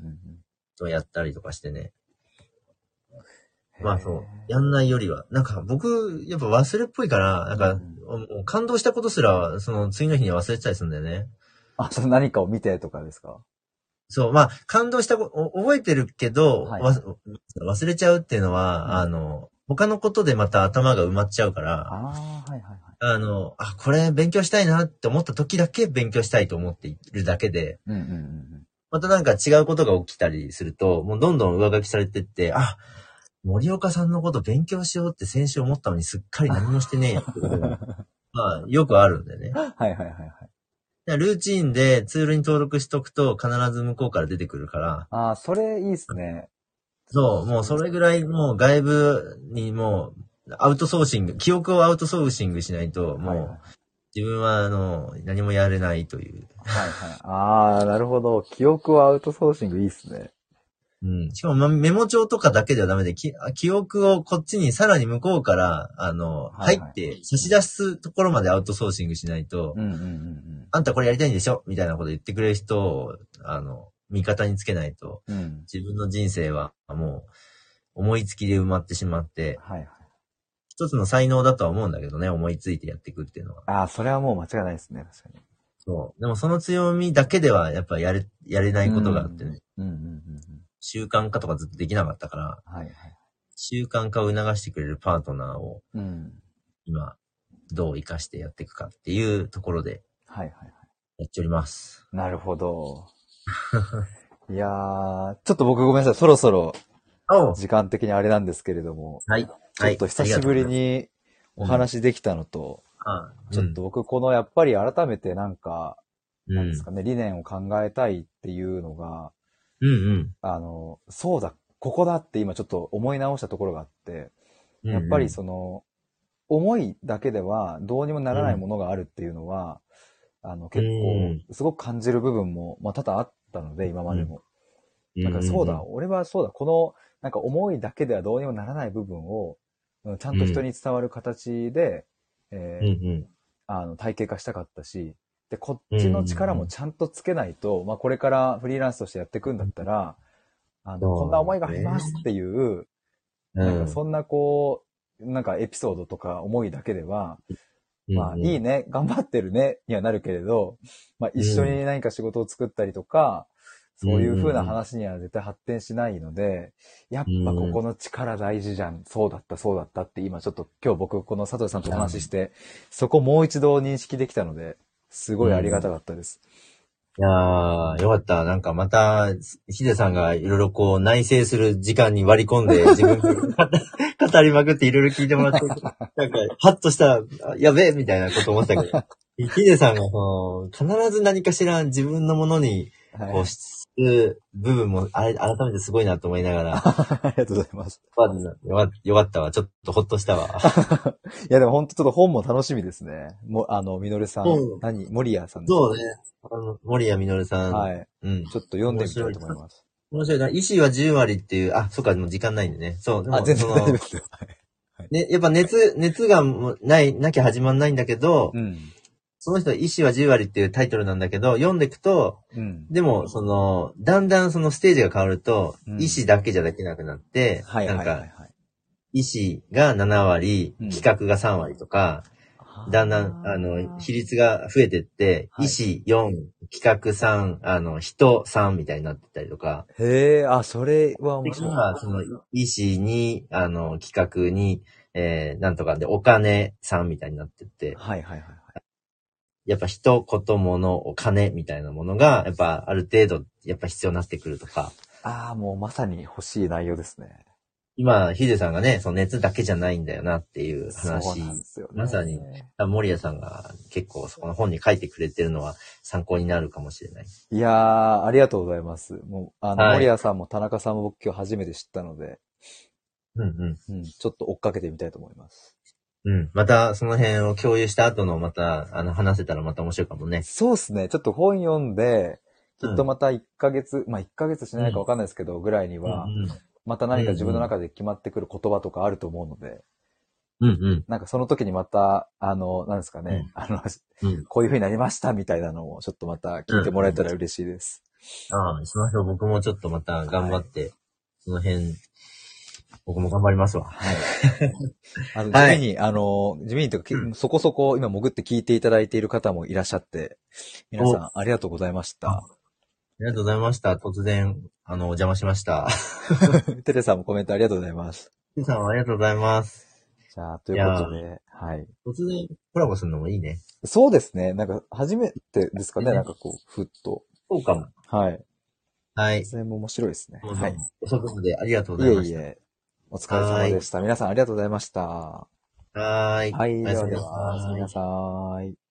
やったりとかしてね。 へまあそう、 え。 やんないよりは。僕、やっぱ忘れっぽいから、 うんうん。 感動したことすら、その次の日に忘れてたりするんだよね。 あ、その何かを見てとかですか？ そう、まあ、感動した覚えてるけど、 はいはい。 忘れちゃうっていうのは、 うん。 他のことでまた頭が埋まっちゃうから、 ああ、はいはいはい。 これ勉強したいなって思った時だけ勉強したいと思っているだけで、 うんうんうんうん。 また違うことが起きたりすると、もうどんどん上書きされてって、森岡さんのこと勉強しようって先週思ったのにすっかり何もしてねえやってことが、まあ、よくあるんでね。 はいはいはいはい。 ルーチンでツールに登録しとくと必ず向こうから出てくるから、 ああ、それいいっすね。 そう、もうそれぐらいもう外部にもうアウトソーシング、記憶をアウトソーシングしないと、 はいはい。 もう自分は何もやれないという。 はいはい。ああ、なるほど。記憶をアウトソーシングいいっすね。 うん。しかも、メモ帳とかだけではダメで、記憶をこっちにさらに向こうから、 はいはい。 入って差し出すところまでアウトソーシングしないと、 うんうんうんうん。 あんたこれやりたいんでしょみたいなこと言ってくれる人を、味方につけないと、 うん。 自分の人生はもう、思いつきで埋まってしまって、 はいはい。 一つの才能だとは思うんだけどね、思いついてやっていくっていうのは。 ああ、それはもう間違いないですね。確かに。 そう。でもその強みだけでは、やっぱやれなういことがあってん。 ね、 うんうんうんうん。 習慣化とかずっとできなかったから、 はいはい。 習慣化を促してくれるパートナーを、 うん。 今、どう活かしてやっていくかっていうところではいはいはい。 やっております。 なるほど。いやー、ちょっと僕ごめんなさい。そろそろおう。 時間的にあれなんですけれども、 はい。 ちょっはい。ありがと久しぶとうございます。 りにおうん。 話できたのと、ちょっうん。 と僕このやっぱり改めてなんか、 うん。 なんですかね、理念を考えたいっていうのが、 うんうん。 そうだ、ここだって今ちょっと思い直したところがあって、 うんやっぱりうん。 その、思いだけではどうにもならないうん。 ものがあるっていうのは、 う結構、 ん。 すごく感じる部分も、まあ多々あったので、今まうん。 でも。 なんかそうだ、 うん俺はそうだ、この、なんか思いだけではどうにもならない部分を、ちゃんと人に伝わる形で、体系化したかったし、で、こっちの力もちゃんとつけないと、まあこれからフリーランスとしてやっていくんだったら、こんな思いがありますっていう、なんかそんなこう、なんかエピソードとか思いだけでは、まあいいね、頑張ってるね、にはなるけれど、まあ一緒に何か仕事を作ったりとか、そういう風な話には絶対発展しないので、やっぱここの力大事じゃん、そうだった、そうだったって今ちょっと今日僕この佐藤さんとお話しして、そこもう一度認識できたので、すごいありがたかったです。 いやー、よかった。なんかまた、ヒデさんがいろいろこう内省する時間に割り込んで、自分で語りまくっていろいろ聞いてもらって、なんか、ハッとしたら、やべえみたいなこと思ってたけど、ヒデさんが必ず何かしら自分のものに、こう、する部分も、改めてすごいなと思いながら。 ありがとうございます。 よかったわ。ちょっとほっとしたわ。 いやでも本当ちょっと本も楽しみですね。みのるさん。森谷さんですか。 そうね。森谷みのるさん。 はい。うん。ちょっと読んでみたいと思います。 面白いな。医師は10割っていう、そっか、もう時間ないんでね。そう。でも全然大丈夫ですよ。 ね、やっぱ熱がなきゃ始まんないんだけど、その人は医師は10割っていうタイトルなんだけど、読んでいくと、でも、だんだんそのステージが変わると、医師だけじゃできなくなって、なんか、医師が7割、企画が3割とか、だんだん、比率が増えてって、医師4、企画3、人3みたいになってたりとか。 へえ、それは面白い。 医師に、企画に、なんとかで、お金3みたいになってって。やっぱ人、こと、物、お金みたいなものが、やっぱある程度、やっぱ必要になってくるとか。 もうまさに欲しい内容ですね。 今、ヒデさんがね、その熱だけじゃないんだよなっていう話。そうなんですよね。まさに、森谷さんが結構そこの本に書いてくれてるのは参考になるかもしれない。 いやー、ありがとうございます。もう、森谷さんも田中さんも僕今日初めて知ったので、ちょっと追っかけてみたいと思います。 また、その辺を共有した後のまた、話せたらまた面白いかもね。 そうですね。ちょっと本読んで、きっとまた1ヶ月、1ヶ月しないかわかんないですけど、ぐらいには、また何か自分の中で決まってくる言葉とかあると思うので、なんかその時にまた、なんですかね、こういう風になりましたみたいなのをちょっとまた聞いてもらえたら嬉しいです。 しましょう。僕もちょっとまた頑張って、その辺、僕も頑張りますわ。 地味にというか、そこそこ今潜って聞いていただいている方もいらっしゃって、皆さんありがとうございました。 ありがとうございました。突然、お邪魔しました。 テテさんもコメントありがとうございます。 テテさんもありがとうございます。 じゃあ、ということで、 突然コラボするのもいいね。 そうですね。なんか、初めてですかね、なんかこう、ふっと。 そうかも。 はい。 はい。 それも面白いですね。はい。 遅くまでありがとうございました。 お疲れ様でした。皆さんありがとうございました。 はい。 はい。ではでは、おやすみなさい。